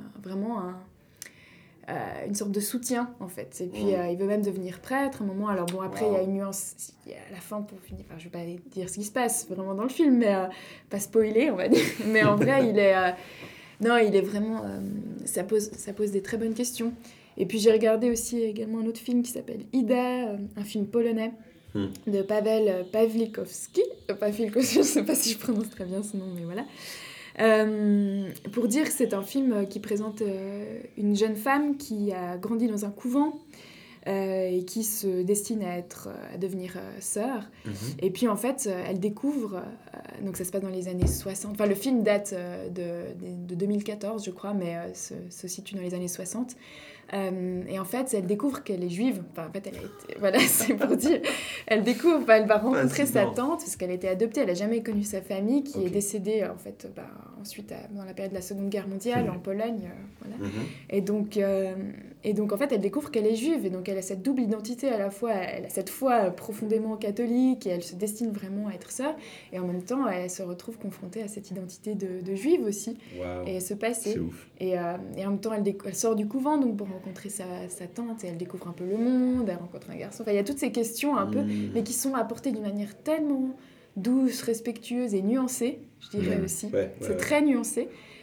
une sorte de soutien en fait, et puis il veut même devenir prêtre à un moment. Alors bon, après il y a une nuance, à la fin pour finir, enfin je vais pas dire ce qui se passe vraiment dans le film, mais pas spoiler on va dire, mais en vrai il est vraiment ça pose des très bonnes questions. Et puis j'ai regardé aussi également un autre film qui s'appelle Ida, un film polonais de Paweł Pawlikowski, je ne sais pas si je prononce très bien son nom, mais voilà. Pour dire que c'est un film qui présente une jeune femme qui a grandi dans un couvent et qui se destine à devenir sœur. Et puis en fait, elle découvre, donc ça se passe dans les années 60, enfin le film date de 2014 je crois, mais se situe dans les années 60. Et en fait, elle découvre qu'elle est juive. Enfin, en fait, elle a été... Voilà, c'est pour dire. Elle découvre, elle va rencontrer sa tante, parce qu'elle a été adoptée, elle n'a jamais connu sa famille, qui est décédée, en fait, ensuite, dans la période de la Seconde Guerre mondiale, en Pologne. Voilà. Et donc, en fait, elle découvre qu'elle est juive, et donc elle a cette double identité, à la fois, elle a cette foi profondément catholique, et elle se destine vraiment à être sœur, et en même temps, elle se retrouve confrontée à cette identité de juive aussi, et ce passé. C'est ouf. Et en même temps, elle sort du couvent, donc pour rencontrer sa tante, et elle découvre un peu le monde, elle rencontre un garçon. Enfin, il y a toutes ces questions un peu, mais qui sont apportées d'une manière tellement douce, respectueuse et nuancée, je dirais aussi. C'est très nuancé.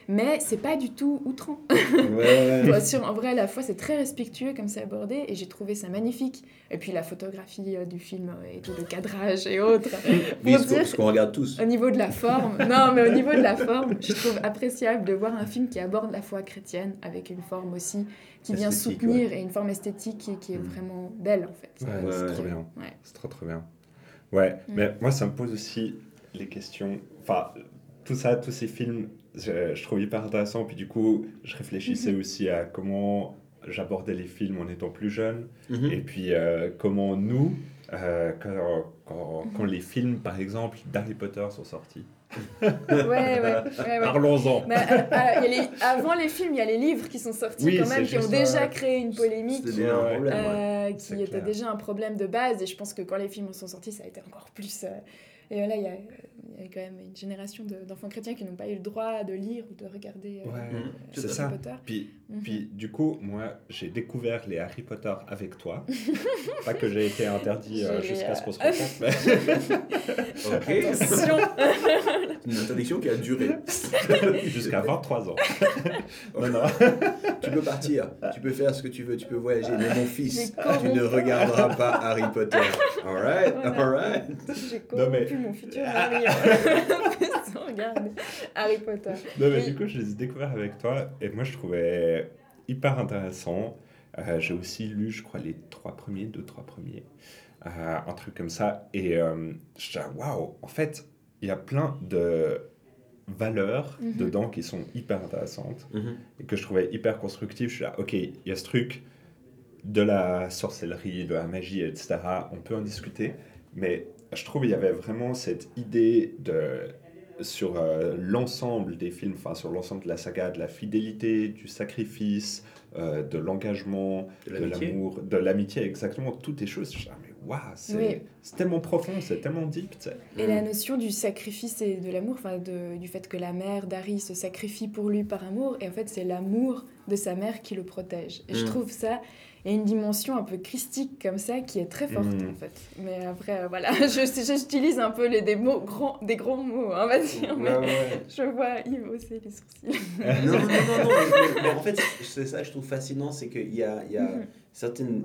mais c'est pas du tout outrant. Ouais. En vrai, à la fois, c'est très respectueux comme c'est abordé, et j'ai trouvé ça magnifique. Et puis la photographie du film et tout le cadrage et autres. Oui, Pour dire, ce qu'on regarde tous. au niveau de la forme, non, mais au niveau de la forme, je trouve appréciable de voir un film qui aborde la foi chrétienne avec une forme aussi qui vient Esthétique, soutenir, et une forme esthétique qui est vraiment belle en fait. Ouais, c'est Ouais. trop bien. Ouais. C'est trop trop bien. Ouais, mais moi ça me pose aussi les questions. Enfin, tout ça, tous ces films, je trouve hyper intéressant. Puis du coup, je réfléchissais aussi à comment j'abordais les films en étant plus jeune. Mhm. Et puis comment nous, quand les films par exemple d'Harry Potter sont sortis. Ouais. Parlons-en. Mais, avant les films, il y a les livres qui sont sortis Oui, quand même, c'est qui ont juste, déjà créé une polémique. C'était déjà un problème, ouais. Qui C'est était clair. déjà un problème de base, et je pense que quand les films sont sortis, ça a été encore plus. Et voilà, il y a quand même une génération d'enfants chrétiens qui n'ont pas eu le droit de lire ou de regarder C'est Harry ça. Potter. Puis du coup, moi, j'ai découvert les Harry Potter avec toi. Pas que j'ai été interdit jusqu'à ce qu'on se rencontre, mais Ok. Attention. Une interdiction qui a duré. jusqu'à 23 ans. Non. Tu peux partir, tu peux faire ce que tu veux, tu peux voyager, mais mon fils, J'ai tu ne regarderas pas Harry Potter. Alright, Voilà. alright. J'ai Non, mais- corrompu mon futur mari. Sans regarder Harry Potter. Non, mais Oui. du coup, je les ai découverts avec toi et moi, je trouvais hyper intéressant. J'ai aussi lu, je crois, les 3 premiers, un truc comme ça. Et je disais, waouh, en fait, il y a plein de valeurs dedans qui sont hyper intéressantes et que je trouvais hyper constructives. Je suis là, ok, il y a ce truc de la sorcellerie, de la magie, etc. On peut en discuter, mais je trouve qu'il y avait vraiment cette idée sur l'ensemble des films, enfin sur l'ensemble de la saga, de la fidélité, du sacrifice, de l'engagement, De de l'amitié. l'amour, de l'amitié, exactement, toutes les choses. Je suis là, mais waouh, c'est tellement profond, c'est tellement deep, tu sais. Et la notion du sacrifice et de l'amour, du fait que la mère d'Harry se sacrifie pour lui par amour, et en fait c'est l'amour de sa mère qui le protège. Et je trouve ça, il y a une dimension un peu christique comme ça qui est très forte en fait. Mais après, voilà, j'utilise un peu des grands mots, on va dire, mais je vois Yves hausser les sourcils. Non, mais en fait, c'est ça que je trouve fascinant, c'est qu'il y a certaines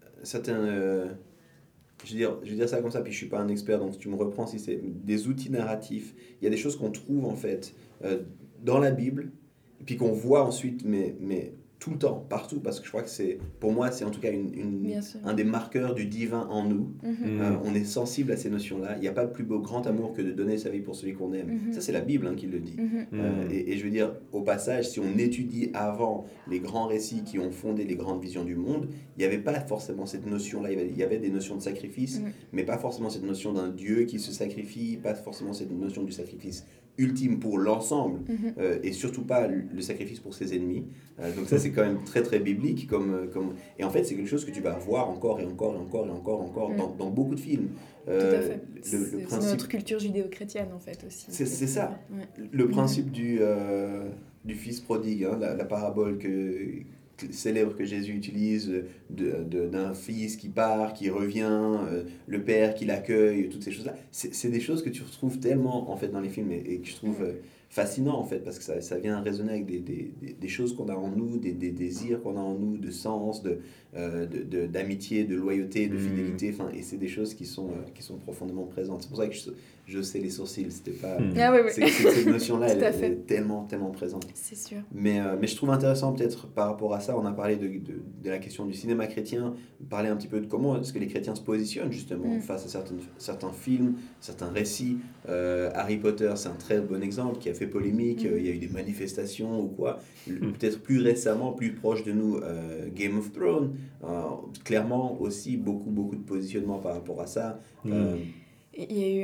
je vais dire ça comme ça, puis je suis pas un expert, donc tu me reprends si c'est des outils narratifs. Il y a des choses qu'on trouve en fait dans la Bible, et puis qu'on voit ensuite, mais tout le temps, partout, parce que je crois que pour moi, c'est en tout cas Bien sûr. un des marqueurs du divin en nous. On est sensible à ces notions-là. Il n'y a pas de plus beau grand amour que de donner sa vie pour celui qu'on aime. Ça, c'est la Bible qui le dit. Et je veux dire, au passage, si on étudie avant les grands récits qui ont fondé les grandes visions du monde, il n'y avait pas forcément cette notion-là. Il y avait des notions de sacrifice, mais pas forcément cette notion d'un Dieu qui se sacrifie, pas forcément cette notion du sacrifice ultime pour l'ensemble, et surtout pas le sacrifice pour ses ennemis. Donc ça, c'est quand même très très biblique. Et en fait, c'est quelque chose que tu vas voir encore et encore et encore et encore, dans beaucoup de films. Tout à fait. Le C'est notre culture judéo-chrétienne en fait aussi. C'est ça. Ouais. Le principe du fils prodigue, la parabole célèbre que Jésus utilise d'un fils qui part, qui revient, le père qui l'accueille, toutes ces choses-là. C'est des choses que tu retrouves tellement en fait dans les films et que je trouve fascinant en fait, parce que ça vient résonner avec des choses qu'on a en nous, des désirs qu'on a en nous, de sens, d'amitié, de loyauté, de fidélité, et c'est des choses qui sont profondément présentes. C'est pour ça que je sais les sourcils, c'était pas... Ah oui. Cette notion-là, elle Tout à est tellement, tellement présente. C'est sûr. Mais je trouve intéressant peut-être par rapport à ça, on a parlé de la question du cinéma chrétien, parler un petit peu de comment est-ce que les chrétiens se positionnent justement face à certains films, certains récits. Harry Potter, c'est un très bon exemple qui a fait polémique, il y a eu des manifestations ou quoi. Peut-être plus récemment, plus proche de nous, Game of Thrones, clairement aussi beaucoup de positionnement par rapport à ça. Il y a eu,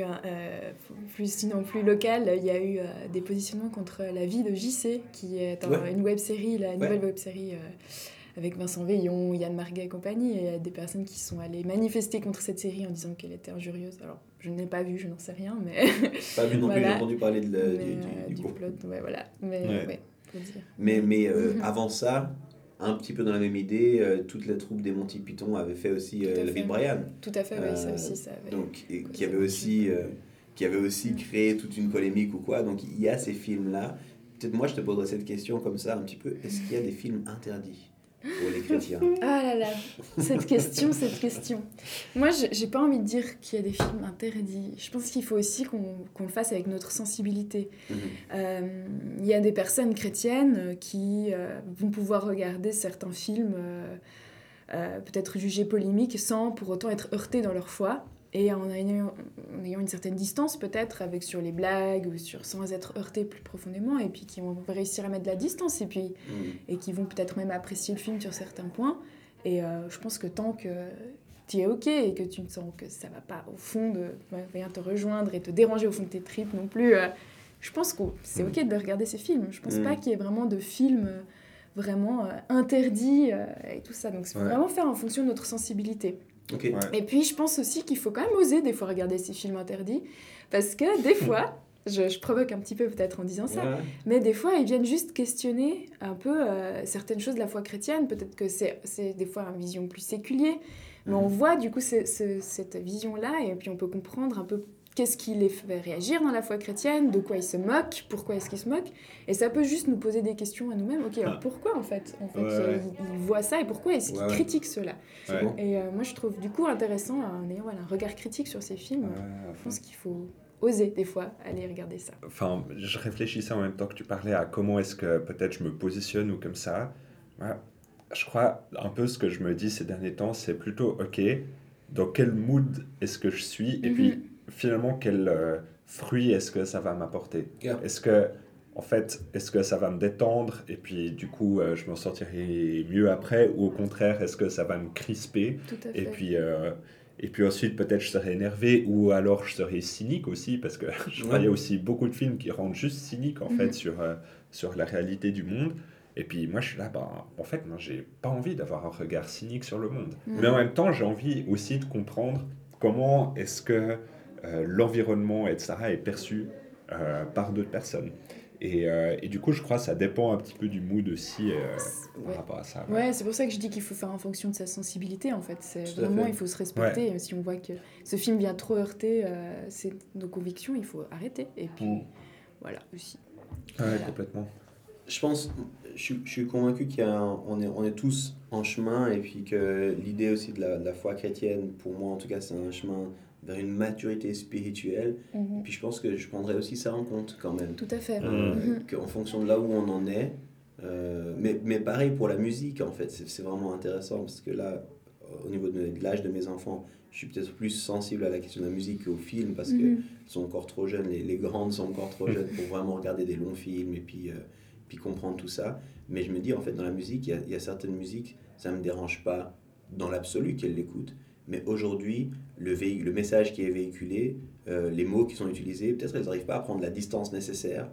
plus local, il y a eu des positionnements contre La vie de JC, qui est une web-série, la nouvelle web-série avec Vincent Veillon, Yann Marguet et compagnie. Et il y a des personnes qui sont allées manifester contre cette série en disant qu'elle était injurieuse. Alors, je ne l'ai pas vue, je n'en sais rien, mais... Pas vu non plus, voilà. j'ai entendu parler du plot, voilà. Faut dire. Mais avant ça... Un petit peu dans la même idée, toute la troupe des Monty Python avait fait aussi La vie de Brian. Tout à fait, oui, ça aussi, ça avait... Donc, qui avait aussi créé toute une polémique ou quoi. Donc il y a ces films-là peut-être moi je te poserai cette question comme ça un petit peu. Est-ce qu'il y a des films interdits pour les chrétiens? Ah là là, cette question. Moi, j'ai pas envie de dire qu'il y a des films interdits. Je pense qu'il faut aussi qu'on le fasse avec notre sensibilité. Il y a des personnes chrétiennes qui vont pouvoir regarder certains films peut-être jugés polémiques sans pour autant être heurtés dans leur foi. Et en ayant une certaine distance peut-être sur les blagues ou sans être heurtés plus profondément, et puis qui vont réussir à mettre de la distance et qui vont peut-être même apprécier le film sur certains points. Et je pense que tant que tu es ok et que tu ne sens que ça va pas au fond venir te rejoindre et te déranger au fond de tes tripes non plus, je pense que c'est ok de regarder ces films. Je pense pas qu'il y ait vraiment de films vraiment interdits et tout ça. Donc il faut vraiment faire en fonction de notre sensibilité. Okay. Ouais. Et puis je pense aussi qu'il faut quand même oser des fois regarder ces films interdits, parce que des fois, je provoque un petit peu peut-être en disant ça, mais des fois ils viennent juste questionner un peu certaines choses de la foi chrétienne. Peut-être que c'est des fois une vision plus séculière, mais on voit du coup cette vision-là, et puis on peut comprendre un peu qu'est-ce qui les fait réagir dans la foi chrétienne, de quoi ils se moquent, pourquoi est-ce qu'ils se moquent. Et ça peut juste nous poser des questions à nous-mêmes. Ok, alors pourquoi en fait ils voient ça, et pourquoi est-ce qu'ils critiquent cela. Et moi je trouve du coup intéressant, en ayant un regard critique sur ces films, je pense qu'il faut oser des fois aller regarder ça. Enfin, je réfléchissais en même temps que tu parlais à comment est-ce que peut-être je me positionne ou comme ça. Je crois un peu ce que je me dis ces derniers temps, c'est plutôt ok, dans quel mood est-ce que je suis, et puis finalement, quel fruit est-ce que ça va m'apporter? Est-ce que ça va me détendre et puis du coup, je m'en sortirai mieux après, ou au contraire, est-ce que ça va me crisper? Et puis ensuite, peut-être je serai énervé, ou alors je serai cynique aussi, parce que je crois qu'il y a aussi beaucoup de films qui rendent juste cynique en fait sur la réalité du monde. Et puis moi, je suis là, en fait, moi, j'ai pas envie d'avoir un regard cynique sur le monde. Mais en même temps, j'ai envie aussi de comprendre comment est-ce que l'environnement, etc., est perçu par d'autres personnes. Et du coup, je crois que ça dépend un petit peu du mood aussi par rapport à ça. Ouais, c'est pour ça que je dis qu'il faut faire en fonction de sa sensibilité, en fait. Vraiment, il faut se respecter. Si on voit que ce film vient trop heurter nos convictions, il faut arrêter. Et puis, voilà, aussi. Ouais, complètement. Je pense, je suis convaincu on est tous en chemin, et puis que l'idée aussi de la foi chrétienne, pour moi en tout cas, c'est un chemin vers une maturité spirituelle. Et puis je pense que je prendrais aussi ça en compte quand même. Tout à fait. Qu'en fonction de là où on en est, mais pareil pour la musique en fait, c'est vraiment intéressant, parce que là, au niveau de l'âge de mes enfants, je suis peut-être plus sensible à la question de la musique qu'au film, parce qu'ils sont encore trop jeunes, les grandes sont encore trop jeunes pour vraiment regarder des longs films et puis comprendre tout ça. Mais je me dis, en fait, dans la musique, il y a certaines musiques, ça ne me dérange pas dans l'absolu qu'elles l'écoutent. Mais aujourd'hui, le message qui est véhiculé, les mots qui sont utilisés, peut-être elles n'arrivent pas à prendre la distance nécessaire.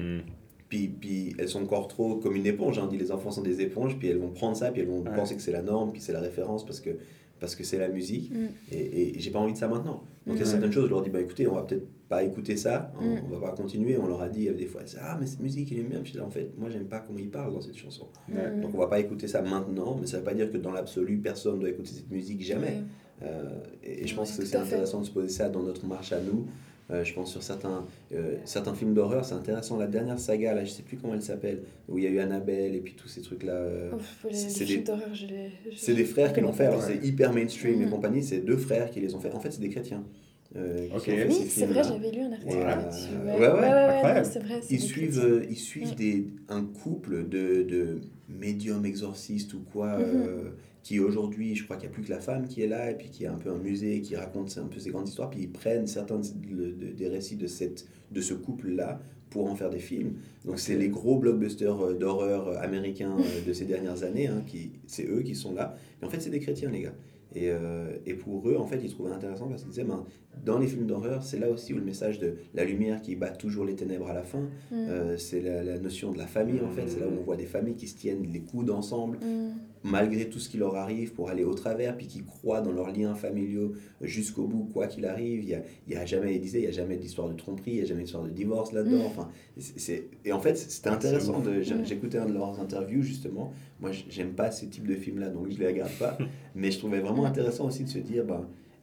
Puis elles sont encore trop comme une éponge. On dit les enfants sont des éponges, puis elles vont prendre ça, puis elles vont penser que c'est la norme, puis c'est la référence parce que c'est la musique. Et j'ai pas envie de ça maintenant. Donc il y a certaines choses, je leur dis, écoutez, on va peut-être pas écouter ça, on va pas continuer. On leur a dit des fois, mais cette musique, il aime bien. Puis là, en fait, moi, j'aime pas comment il parle dans cette chanson. Donc on va pas écouter ça maintenant, mais ça veut pas dire que dans l'absolu, personne doit écouter cette musique jamais. Et je pense que c'est aussi intéressant de se poser ça dans notre marche à nous. Je pense sur certains films d'horreur, c'est intéressant. La dernière saga, là, je sais plus comment elle s'appelle, où il y a eu Annabelle et puis tous ces trucs-là. C'est des frères qui l'ont fait. Alors c'est hyper mainstream et compagnie. C'est 2 frères qui les ont fait. En fait, c'est des chrétiens. Oui, c'est vrai, j'avais lu un article là-dessus. Ouais, c'est vrai. Ils suivent un couple de médiums exorcistes ou quoi. Qui aujourd'hui, je crois qu'il n'y a plus que la femme qui est là, et puis qui a un peu un musée, qui raconte un peu ces grandes histoires, puis ils prennent certains des récits de ce couple-là pour en faire des films. Donc c'est les gros blockbusters d'horreur américains de ces dernières années, c'est eux qui sont là. Mais en fait, c'est des chrétiens, les gars. Et pour eux, en fait, ils trouvaient intéressant parce qu'ils disaient, dans les films d'horreur, c'est là aussi où le message de la lumière qui bat toujours les ténèbres à la fin, c'est la notion de la famille, en fait. C'est là où on voit des familles qui se tiennent les coudes ensemble, malgré tout ce qui leur arrive, pour aller au travers, puis qui croient dans leurs liens familiaux jusqu'au bout, quoi qu'il arrive. Il y a jamais d'histoire de tromperie, il n'y a jamais d'histoire de divorce là-dedans. Enfin, et en fait, c'était intéressant. J'écoutais un de leurs interviews, justement. Moi, j'aime pas ce type de films-là, donc je les regarde pas. Mais je trouvais vraiment intéressant aussi de se dire,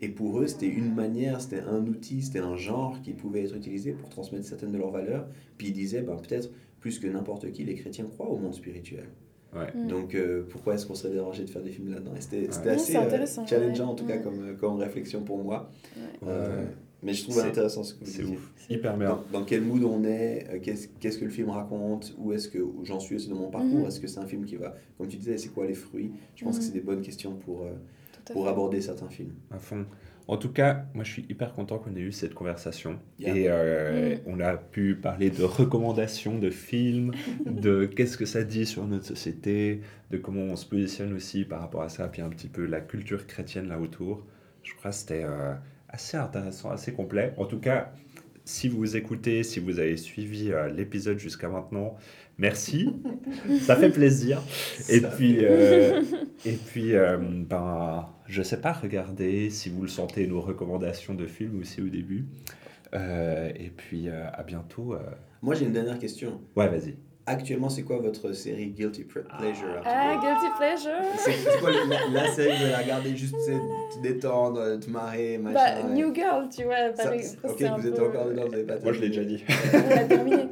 Et pour eux, c'était une manière, c'était un outil, c'était un genre qui pouvait être utilisé pour transmettre certaines de leurs valeurs. Puis ils disaient, peut-être plus que n'importe qui, les chrétiens croient au monde spirituel. Ouais. Donc pourquoi est-ce qu'on serait dérangé de faire des films là-dedans? Et c'était Ouais, assez c'est intéressant, challengeant en tout cas comme réflexion pour moi. Mais je trouvais intéressant ce que vous disiez. C'est ouf, hyper bien. Dans quel mood on est, qu'est-ce que le film raconte, où j'en suis aussi dans mon parcours, est-ce que c'est un film qui va, comme tu disais, c'est quoi les fruits? Je pense que c'est des bonnes questions pour aborder certains films. À fond. En tout cas, moi je suis hyper content qu'on ait eu cette conversation. Yeah. Et on a pu parler de recommandations de films, de qu'est-ce que ça dit sur notre société, de comment on se positionne aussi par rapport à ça, puis un petit peu la culture chrétienne là autour. Je crois que c'était assez intéressant, assez complet. En tout cas, si vous écoutez, si vous avez suivi l'épisode jusqu'à maintenant, merci, ça fait plaisir. Et puis, je sais pas, regardez si vous le sentez, nos recommandations de films aussi au début. Et puis, à bientôt. Moi, j'ai une dernière question. Ouais, vas-y. Actuellement, c'est quoi votre série Guilty Pleasure? Guilty Pleasure. C'est quoi la série que vous allez regarder juste te détendre, te marrer, machin? New Girl, tu vois. Ok, vous êtes encore dedans, vous avez pas terminé. Moi, je l'ai déjà dit. On a terminé.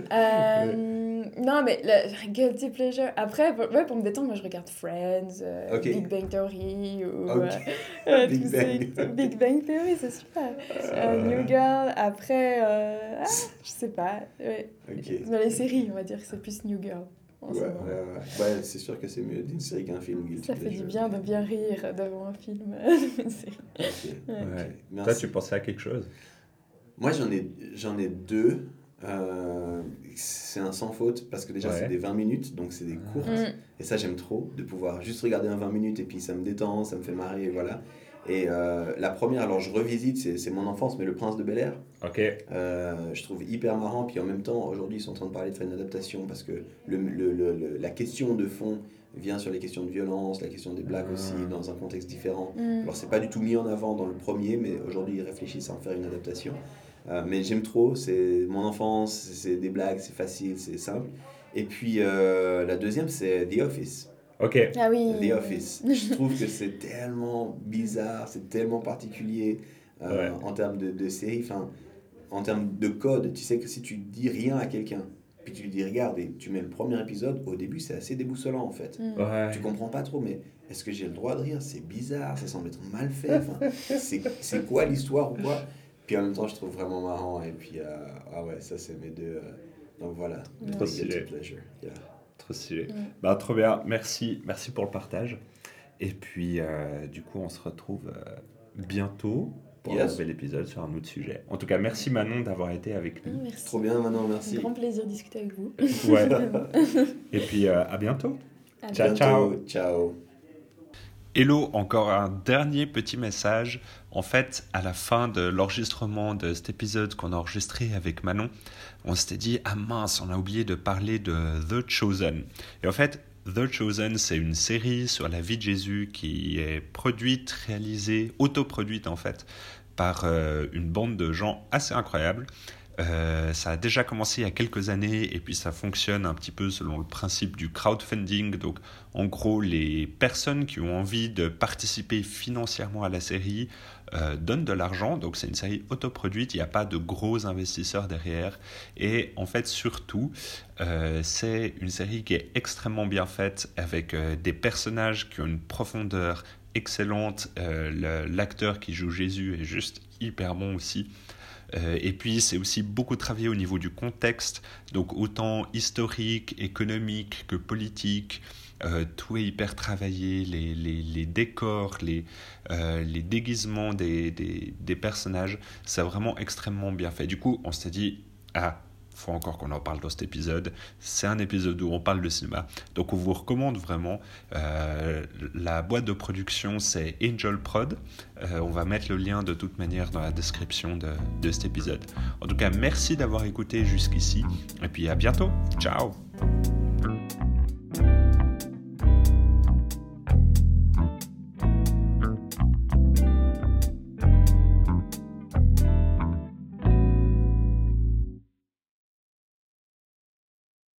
Non, mais le Guilty Pleasure. Après, pour me détendre, moi, je regarde Friends, Big Bang Theory ou Big Bang Theory, c'est super. New Girl. Après, je sais pas. Ouais. Okay. Dans les séries, on va dire que c'est plus New Girl. Ouais, c'est sûr que c'est mieux d'une série qu'un film. Ça fait du bien de bien rire devant un film, une série. Okay. Toi, tu pensais à quelque chose? Moi, j'en ai deux. C'est un sans faute parce que déjà c'est des 20 minutes, donc c'est des courtes. Et ça, j'aime trop, de pouvoir juste regarder un 20 minutes et puis ça me détend, ça me fait marrer, et voilà. Et la première, alors je revisite, c'est mon enfance, mais Le Prince de Bel-Air. Ok. Je trouve hyper marrant, puis en même temps, aujourd'hui, ils sont en train de parler de faire une adaptation parce que la question de fond vient sur les questions de violence, la question des blagues aussi, dans un contexte différent. Alors, c'est pas du tout mis en avant dans le premier, mais aujourd'hui, ils réfléchissent à en faire une adaptation. Mais j'aime trop, c'est mon enfance, c'est des blagues, c'est facile, c'est simple. Et puis, la deuxième, c'est The Office. Ok. Ah oui. The Office. Je trouve que c'est tellement bizarre, c'est tellement particulier en termes de série, en termes de code. Tu sais que si tu dis rien à quelqu'un, puis tu lui dis regarde et tu mets le premier épisode, au début c'est assez déboussolant en fait. Ouais. Tu comprends pas trop, mais est-ce que j'ai le droit de rire? C'est bizarre, ça semble être mal fait. C'est quoi l'histoire ou quoi? Puis en même temps, je trouve vraiment marrant. Et puis, ça c'est mes deux. Donc voilà. Trop stylé. Pleasure. Yeah. Trop stylé. Trop bien. Merci pour le partage. Et puis, du coup, on se retrouve bientôt pour un nouvel épisode sur un autre sujet. En tout cas, merci Manon d'avoir été avec nous. Merci. Trop bien, Manon, merci. C'est un grand plaisir de discuter avec vous. Ouais. Et puis, à bientôt. Ciao. Ciao. Hello, encore un dernier petit message. En fait, à la fin de l'enregistrement de cet épisode qu'on a enregistré avec Manon, on s'était dit « Ah mince, on a oublié de parler de The Chosen ». Et en fait, The Chosen, c'est une série sur la vie de Jésus qui est produite, réalisée, autoproduite en fait, par une bande de gens assez incroyables. Ça a déjà commencé il y a quelques années et puis ça fonctionne un petit peu selon le principe du crowdfunding. Donc en gros, les personnes qui ont envie de participer financièrement à la série donnent de l'argent. Donc c'est une série autoproduite, il n'y a pas de gros investisseurs derrière. Et en fait surtout, c'est une série qui est extrêmement bien faite avec des personnages qui ont une profondeur excellente. L'acteur qui joue Jésus est juste hyper bon aussi. Et puis c'est aussi beaucoup travaillé au niveau du contexte, donc autant historique, économique que politique, tout est hyper travaillé, les décors, les déguisements des personnages, c'est vraiment extrêmement bien fait. Du coup on s'est dit, faut encore qu'on en parle dans cet épisode. C'est un épisode où on parle de cinéma. Donc on vous recommande vraiment. La boîte de production, c'est Angel Prod. On va mettre le lien de toute manière dans la description de cet épisode. En tout cas, merci d'avoir écouté jusqu'ici. Et puis à bientôt. Ciao.